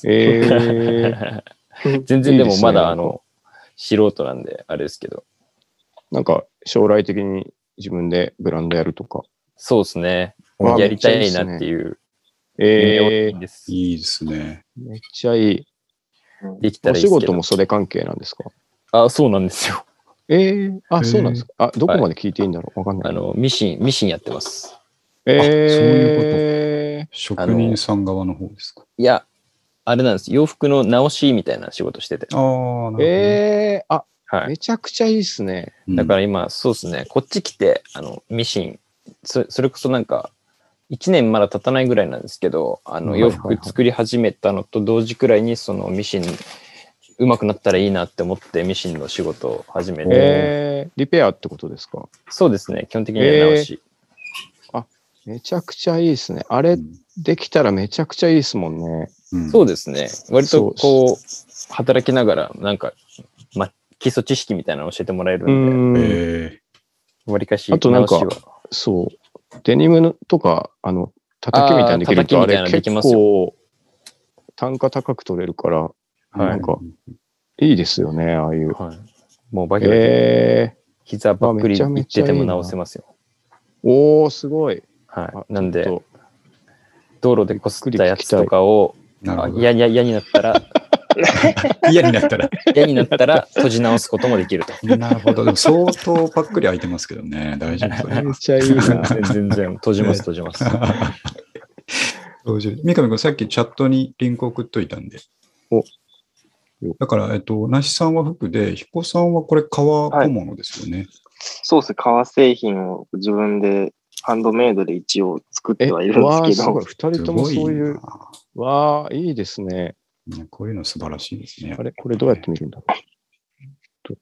えー、全然でもまだあの、素人なんであれですけど。 なんか将来的に自分でブランドやるとか。 そうですね。やりたいなっていう。 えー、 いいですね。 めっちゃいい。 できたらいいですけど。 お仕事もそれ関係なんですか？ あ、そうなんですよ。 えー、あ、そうなんですか。あ、どこまで聞いていいんだろう、わかんない。 あの、ミシン、ミシンやってます。 えー、そういうこと。職人さん側の方ですか？ いや、あれなんです。洋服の直しみたいな仕事してて。 ああ、なるほど。 えー、あ、 はい、 めちゃくちゃいいっすね。 だから今、そうですね。こっち来て、あの、ミシンそそれこそなんか、いちねんまだ経たないぐらいなんですけど、あの洋服作り始めたのと同時くらいに、そのミシン、うまくなったらいいなって思ってミシンの仕事を始めて。 えー、リペアってことですか？ そうですね、基本的には直し。 えー、あ、めちゃくちゃいいですね。あれできたらめちゃくちゃいいですもんね。 うん、そうですね。割とこう、働きながら、なんか、ま、基礎知識みたいなの教えてもらえるんで、わりかし、 あとなんか、そう、デニムとか、あの、叩きみたいにできると、あれ結構、単価高く取れるから、なんか、いいですよね、ああいう。 はい、もうバキバキ、えー、膝ばっくりいってても直せますよ。 おー、すごい。 はい。なんで、道路でこすったやつとかを、嫌になったら、 嫌になったら嫌になったら閉じ直すこともできると。 なるほど。でも相当パックリ開いてますけどね。大丈夫めっちゃいいな。 全然閉じます、閉じます。 三上君、さっきチャットにリンク送っといたんで。おだから、えっと、なしさんは服で、彦さんはこれ、革小物ですよね。はい、 そうですね。革製品を自分で、ハンドメイドで一応作ってはいるんですけど。 わー、すごい。二人ともそういう。わー、いいですね。 こういうの素晴らしいですね。 あれこれどうやって見るんだろう。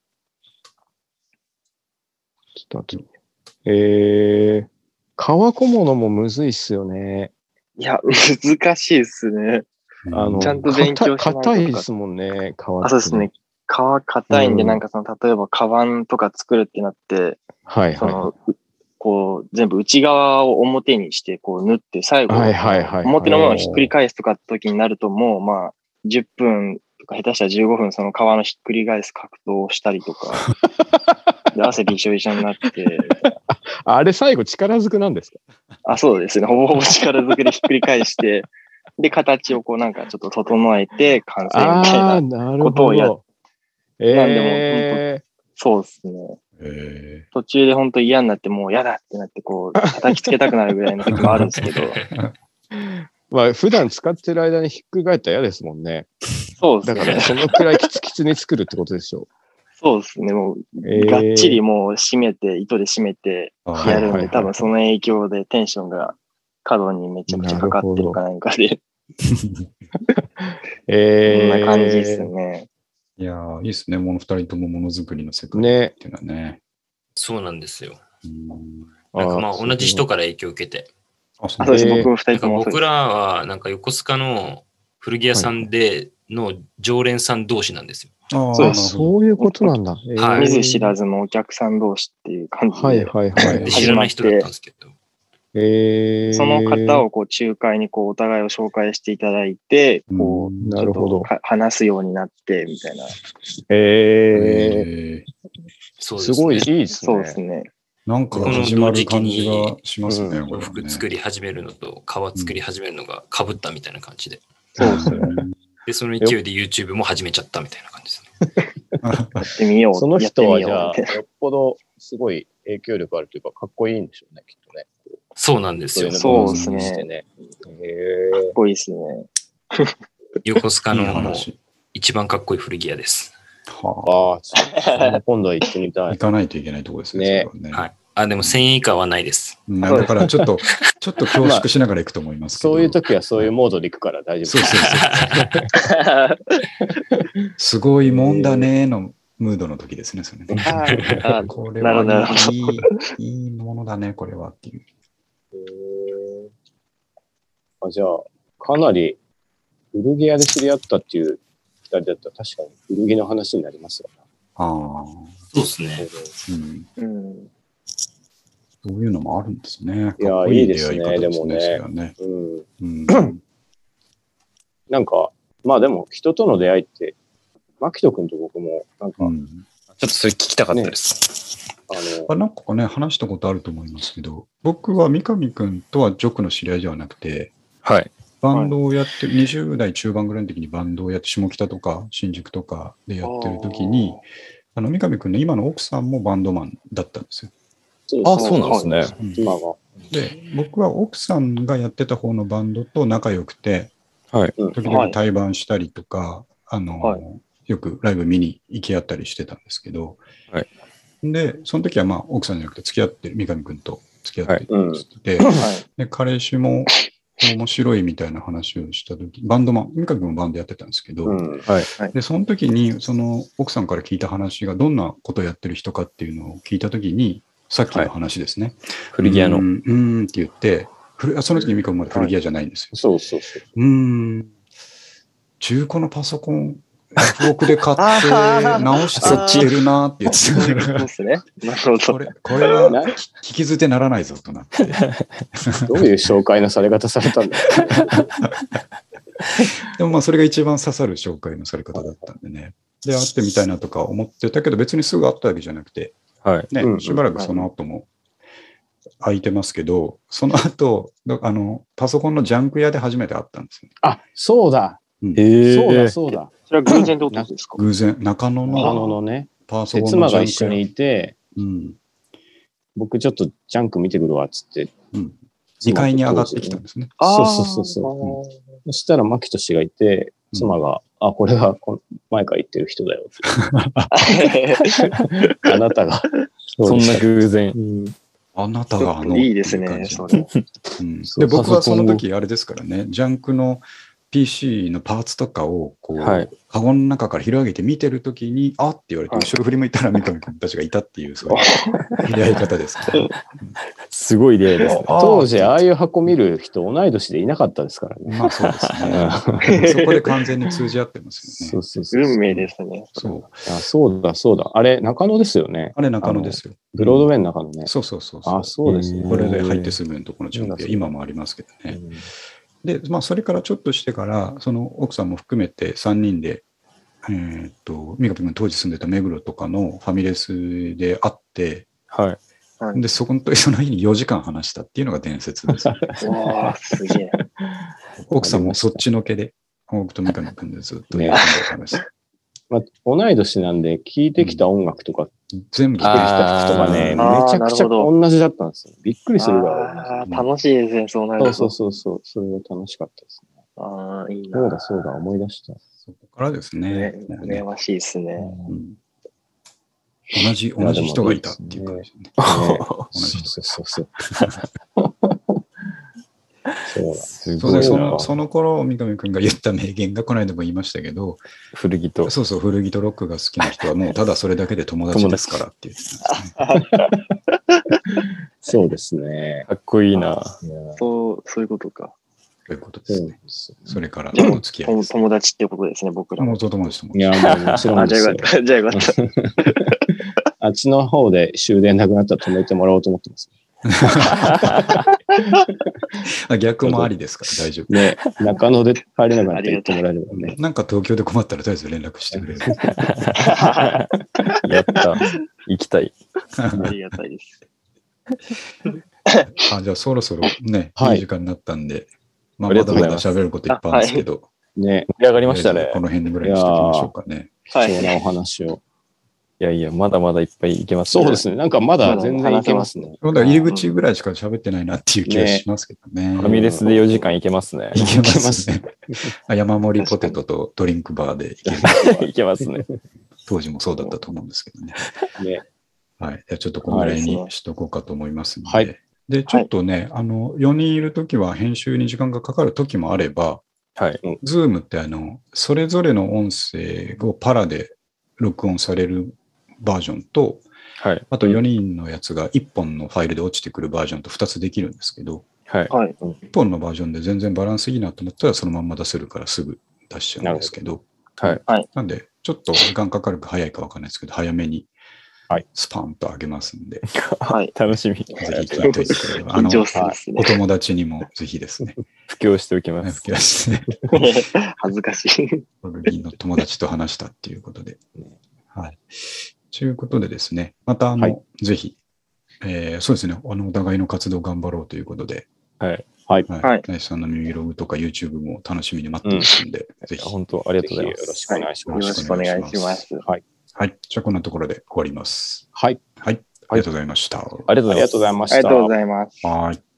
ちょっとえー、革小物もむずいっすよね。 いや、難しいですね。あの、ちゃんと勉強しないと。 硬いですもんね、革って。 あ、そうですね。革硬いんで、うん、なんかその、例えば、カバンとか作るってなって、 はい、はい。 その、こう、全部内側を表にして、こう、縫って、最後、 はいはいはい、 表のものをひっくり返すとかって時になると、もう、まあ、じゅっぷんとか、下手したらじゅうごふん、その革のひっくり返す格闘をしたりとか、で汗びしょびしょになって。 あれ、最後、力ずくなんですか？ あ、そうですね。ほぼほぼ力ずくでひっくり返して、で、形をこう、なんかちょっと整えて、完成みたいなことをやって。 えー、 なんでも、本当そうですね。えー、途中で本当嫌になって、もう嫌だってなって、こう、叩きつけたくなるぐらいの時もあるんですけど。 まあ、普段使ってる間にひっくり返ったら嫌ですもんね。 そうですね。 だから、そのくらいキツキツに作るってことでしょう。 そうですね。もう、えー、がっちりもう締めて、糸で締めてやるんで、多分その影響でテンションが角にめちゃくちゃかかってるかなんかで。 えー、こんな感じですね。 いやー、いいですね。もの二人ともものづくりの世界っていうのはね。ねそうなんですよ。なんかまあ同じ人から影響を受けて。 あ、そうです。僕も二人とも。 僕らはなんか横須賀の古着屋さんでの常連さん同士なんですよ。 あそうそういうことなんだ。 はい、見ず知らずのお客さん同士っていう感じで。 はいはいはい。 知らない人だったんですけど。 えー、 その方をこう仲介にこうお互いを紹介していただいて、こう、 なるほど。 話すようになって、みたいな。 えー、 そうですね。 すごいいいですね。 そうですね。 なんか始まる感じがしますね。 洋服作り始めるのと革作り始めるのが被ったみたいな感じで。 そうですね。 で、その勢いで YouTube も始めちゃったみたいな感じですね。 やってみよう。 その人はじゃあ、よっぽどすごい影響力あるというか、かっこいいんでしょうね、きっとね。 そうなんですよ。 そうですね。 ねへかっこいいですね。 横須賀のもう一番かっこいい古着屋です。 はあ、あ今度は行ってみたい。 行かないといけないところですね。 ねはい。あ、でもせんえん以下はないです。 だからちょっと、ちょっと恐縮しながら行くと思いますけど。 そういう時はそういうモードで行くから大丈夫。 そうそうそう。すごいもんだねのムードの時ですね、それね。 あこれはいい、いいものだね、これはっていう。 あじゃあ、かなり古着屋で知り合ったっていう二人だったら確かに古着の話になりますよね。 ああ。 そうですね。 うん。 そういうのもあるんですね。 いや、いいですね、でもね。うん。なんか、まあでも人との出会いって、牧人君と僕もなんか、うん、 ちょっとそれ聞きたかったです。 ね、あのなんかね、話したことあると思いますけど、僕は三上君とは塾の知り合いではなくて、 はい。 バンドをやってる、にじゅう代中盤ぐらいの時にバンドをやって、下北とか新宿とかでやってる時に、あの三上君の今の奥さんもバンドマンだったんですよ。 あ、そうなんですね。 うん、今は。で、僕は奥さんがやってた方のバンドと仲良くて、 はい、 時々対バンしたりとか、はい、あの、はい、よくライブ見に行き合ったりしてたんですけど、 はい、 で、その時はまあ奥さんじゃなくて付き合ってる三上君と付き合ってて、はい、で彼氏も面白いみたいな話をしたとき、バンドマン、三上君もバンドやってたんですけど、うんはい、でその時にその奥さんから聞いた話がどんなことをやってる人かっていうのを聞いたときに、さっきの話ですね。はい、 古着屋の。 うん、うんって言って、その時三上まで古着屋じゃないんですよ。はい、 そうそうそう。 うん、中古のパソコン、ヤフオクで買って直してるなって言ってたから、 ですね。なるほど。 これ、これは聞き捨てならないぞとなって。 どういう紹介のされ方されたんだでもまあそれが一番刺さる紹介のされ方だったんでね。で、会ってみたいなとか思ってたけど、別にすぐ会ったわけじゃなくて、はいね、うん、しばらくその後も空いてますけど、その後、あの、パソコンのジャンク屋で初めて会ったんですよ。 あ、そうだ。 うん、 そうだ、そうだ。 それは偶然ってことですか？ 偶然、中野の、 中野のね、 パソコンの妻が一緒にいて、 うん、 僕ちょっとジャンク見てくるわっつって、 うん、にかいに上がってきたんですね。 そうそうそうそう、うん。そしたら牧俊がいて、妻が、うん、あ、これは前から言ってる人だよあなたが。 そんな偶然。 うんあなたがあの。 いいですね、それ。 うん、で僕はその時あれですからね、ジャンクの ピーシー のパーツとかをこう、はい、カゴの中から広げて見てる時に、あって言われて、後ろ振り向いたら三上君たちがいたっていう、そういう出会い方ですから、ね。 すごい出会いですね。 当時、ああいう箱見る人、同い年でいなかったですからね。 まあそうですね。そこで完全に通じ合ってますよね。 そうそうそう。 運命ですね。 そう。 あ、そうだ、そうだ。あれ、中野ですよね。 あれ、中野ですよ。 ブロードウェイの中野ね。 そうそうそう。 あ、そうですね。 これで入ってすぐのところの準備は今もありますけどね。で、まあ、それからちょっとしてから、その奥さんも含めてさんにんで、えー、っと、三上君当時住んでた目黒とかのファミレスで会って、 はい。 で、そこの、その日によじかん話したっていうのが伝説です。 わー、すげえ。 奥さんもそっちのけで、僕と三上君でずっと話して、ね。 まあ、同い年なんで、聴いてきた音楽とか、 うん、全部聴いてきた人がね、めちゃくちゃ同じだったんですよ。びっくりするぐらい。楽しいですね、そうなると。 そうそうそう、それが楽しかったですね。 ああ、いいな。 そうだそうだ、思い出した。 そこからですね。 羨ましいですね。 うん、同じ、同じ人がいたっていう感じね。 同じ人。そうそうそう。 そうそうでそのその頃三上君が言った名言がこの間も言いましたけど、 古着とそうそう古着とロックが好きな人はもうただそれだけで友達ですからって言ってたんですね。そうですね。 かっこいいな。 そうそういうことか。 そういうことですね。それからお付き合い友達っていうことですね、僕らも。もう友達とも。 いやもちろんですよ。 じゃあよかった。じゃあよかった。 あっちの方で終電なくなったら止めてもらおうと思ってます。 逆もありですから大丈夫。 ね、中野で帰れなくなって言ってもらえればね。 なんか東京で困ったらとりあえず連絡してくれる。 やった。行きたい。 ありがたいです。 あ、じゃあそろそろね、はい、いい時間になったんで、まあ、まだまだ喋ることいっぱいあるんですけど、 ね、 盛り上がりましたね。 この辺ぐらいにしておきましょうかね。 貴重なお話を。 いやいや、まだまだいっぱいいけますね。そうですね。なんかまだ全然いけますね。 まだ入り口ぐらいしか喋ってないなっていう気がしますけどね。 ファミレスでよじかんいけますね。 いけますね。山盛りポテトとドリンクバーでいける。いけますね。 当時もそうだったと思うんですけどね。 ねはい。じゃあちょっとこのぐらいにしとこうかと思いますので。 はい。 で、ちょっとね、はい、あの、よにんいるときは編集に時間がかかるときもあれば、 はい。 ズームってあの、それぞれの音声をパラで録音されるバージョンと、 はい、 あとよにんのやつがいっぽんのファイルで落ちてくるバージョンとふたつできるんですけど、 はい、 いっぽんのバージョンで全然バランスいいなと思ったらそのまんま出せるからすぐ出しちゃうんですけど、 はい、 なんでちょっと時間かかるか早いかわかんないですけど、早めにスパンと上げますんで、 はい、楽しみ。ぜひ聞いておいてくれれば、あの、お友達にもぜひですね。 布教しておきます。 布教して、 恥ずかしい。 僕の友達と話したっていうことで。はい。ということでですね、またあの、はい、ぜひ、えー、そうですね、あのお互いの活動頑張ろうということで、 はい。 はい。 はい。ナイスさんの耳ログとか YouTube も楽しみに待ってますんで、うん、ぜひ。 本当、ありがとうございます。 よろしくお願いします。 よろしくお願いします。 はい。 はい。じゃあ、こんなところで終わります。 はい。 はい。ありがとうございました。ありがとうございました。 ありがとうございます。 はい。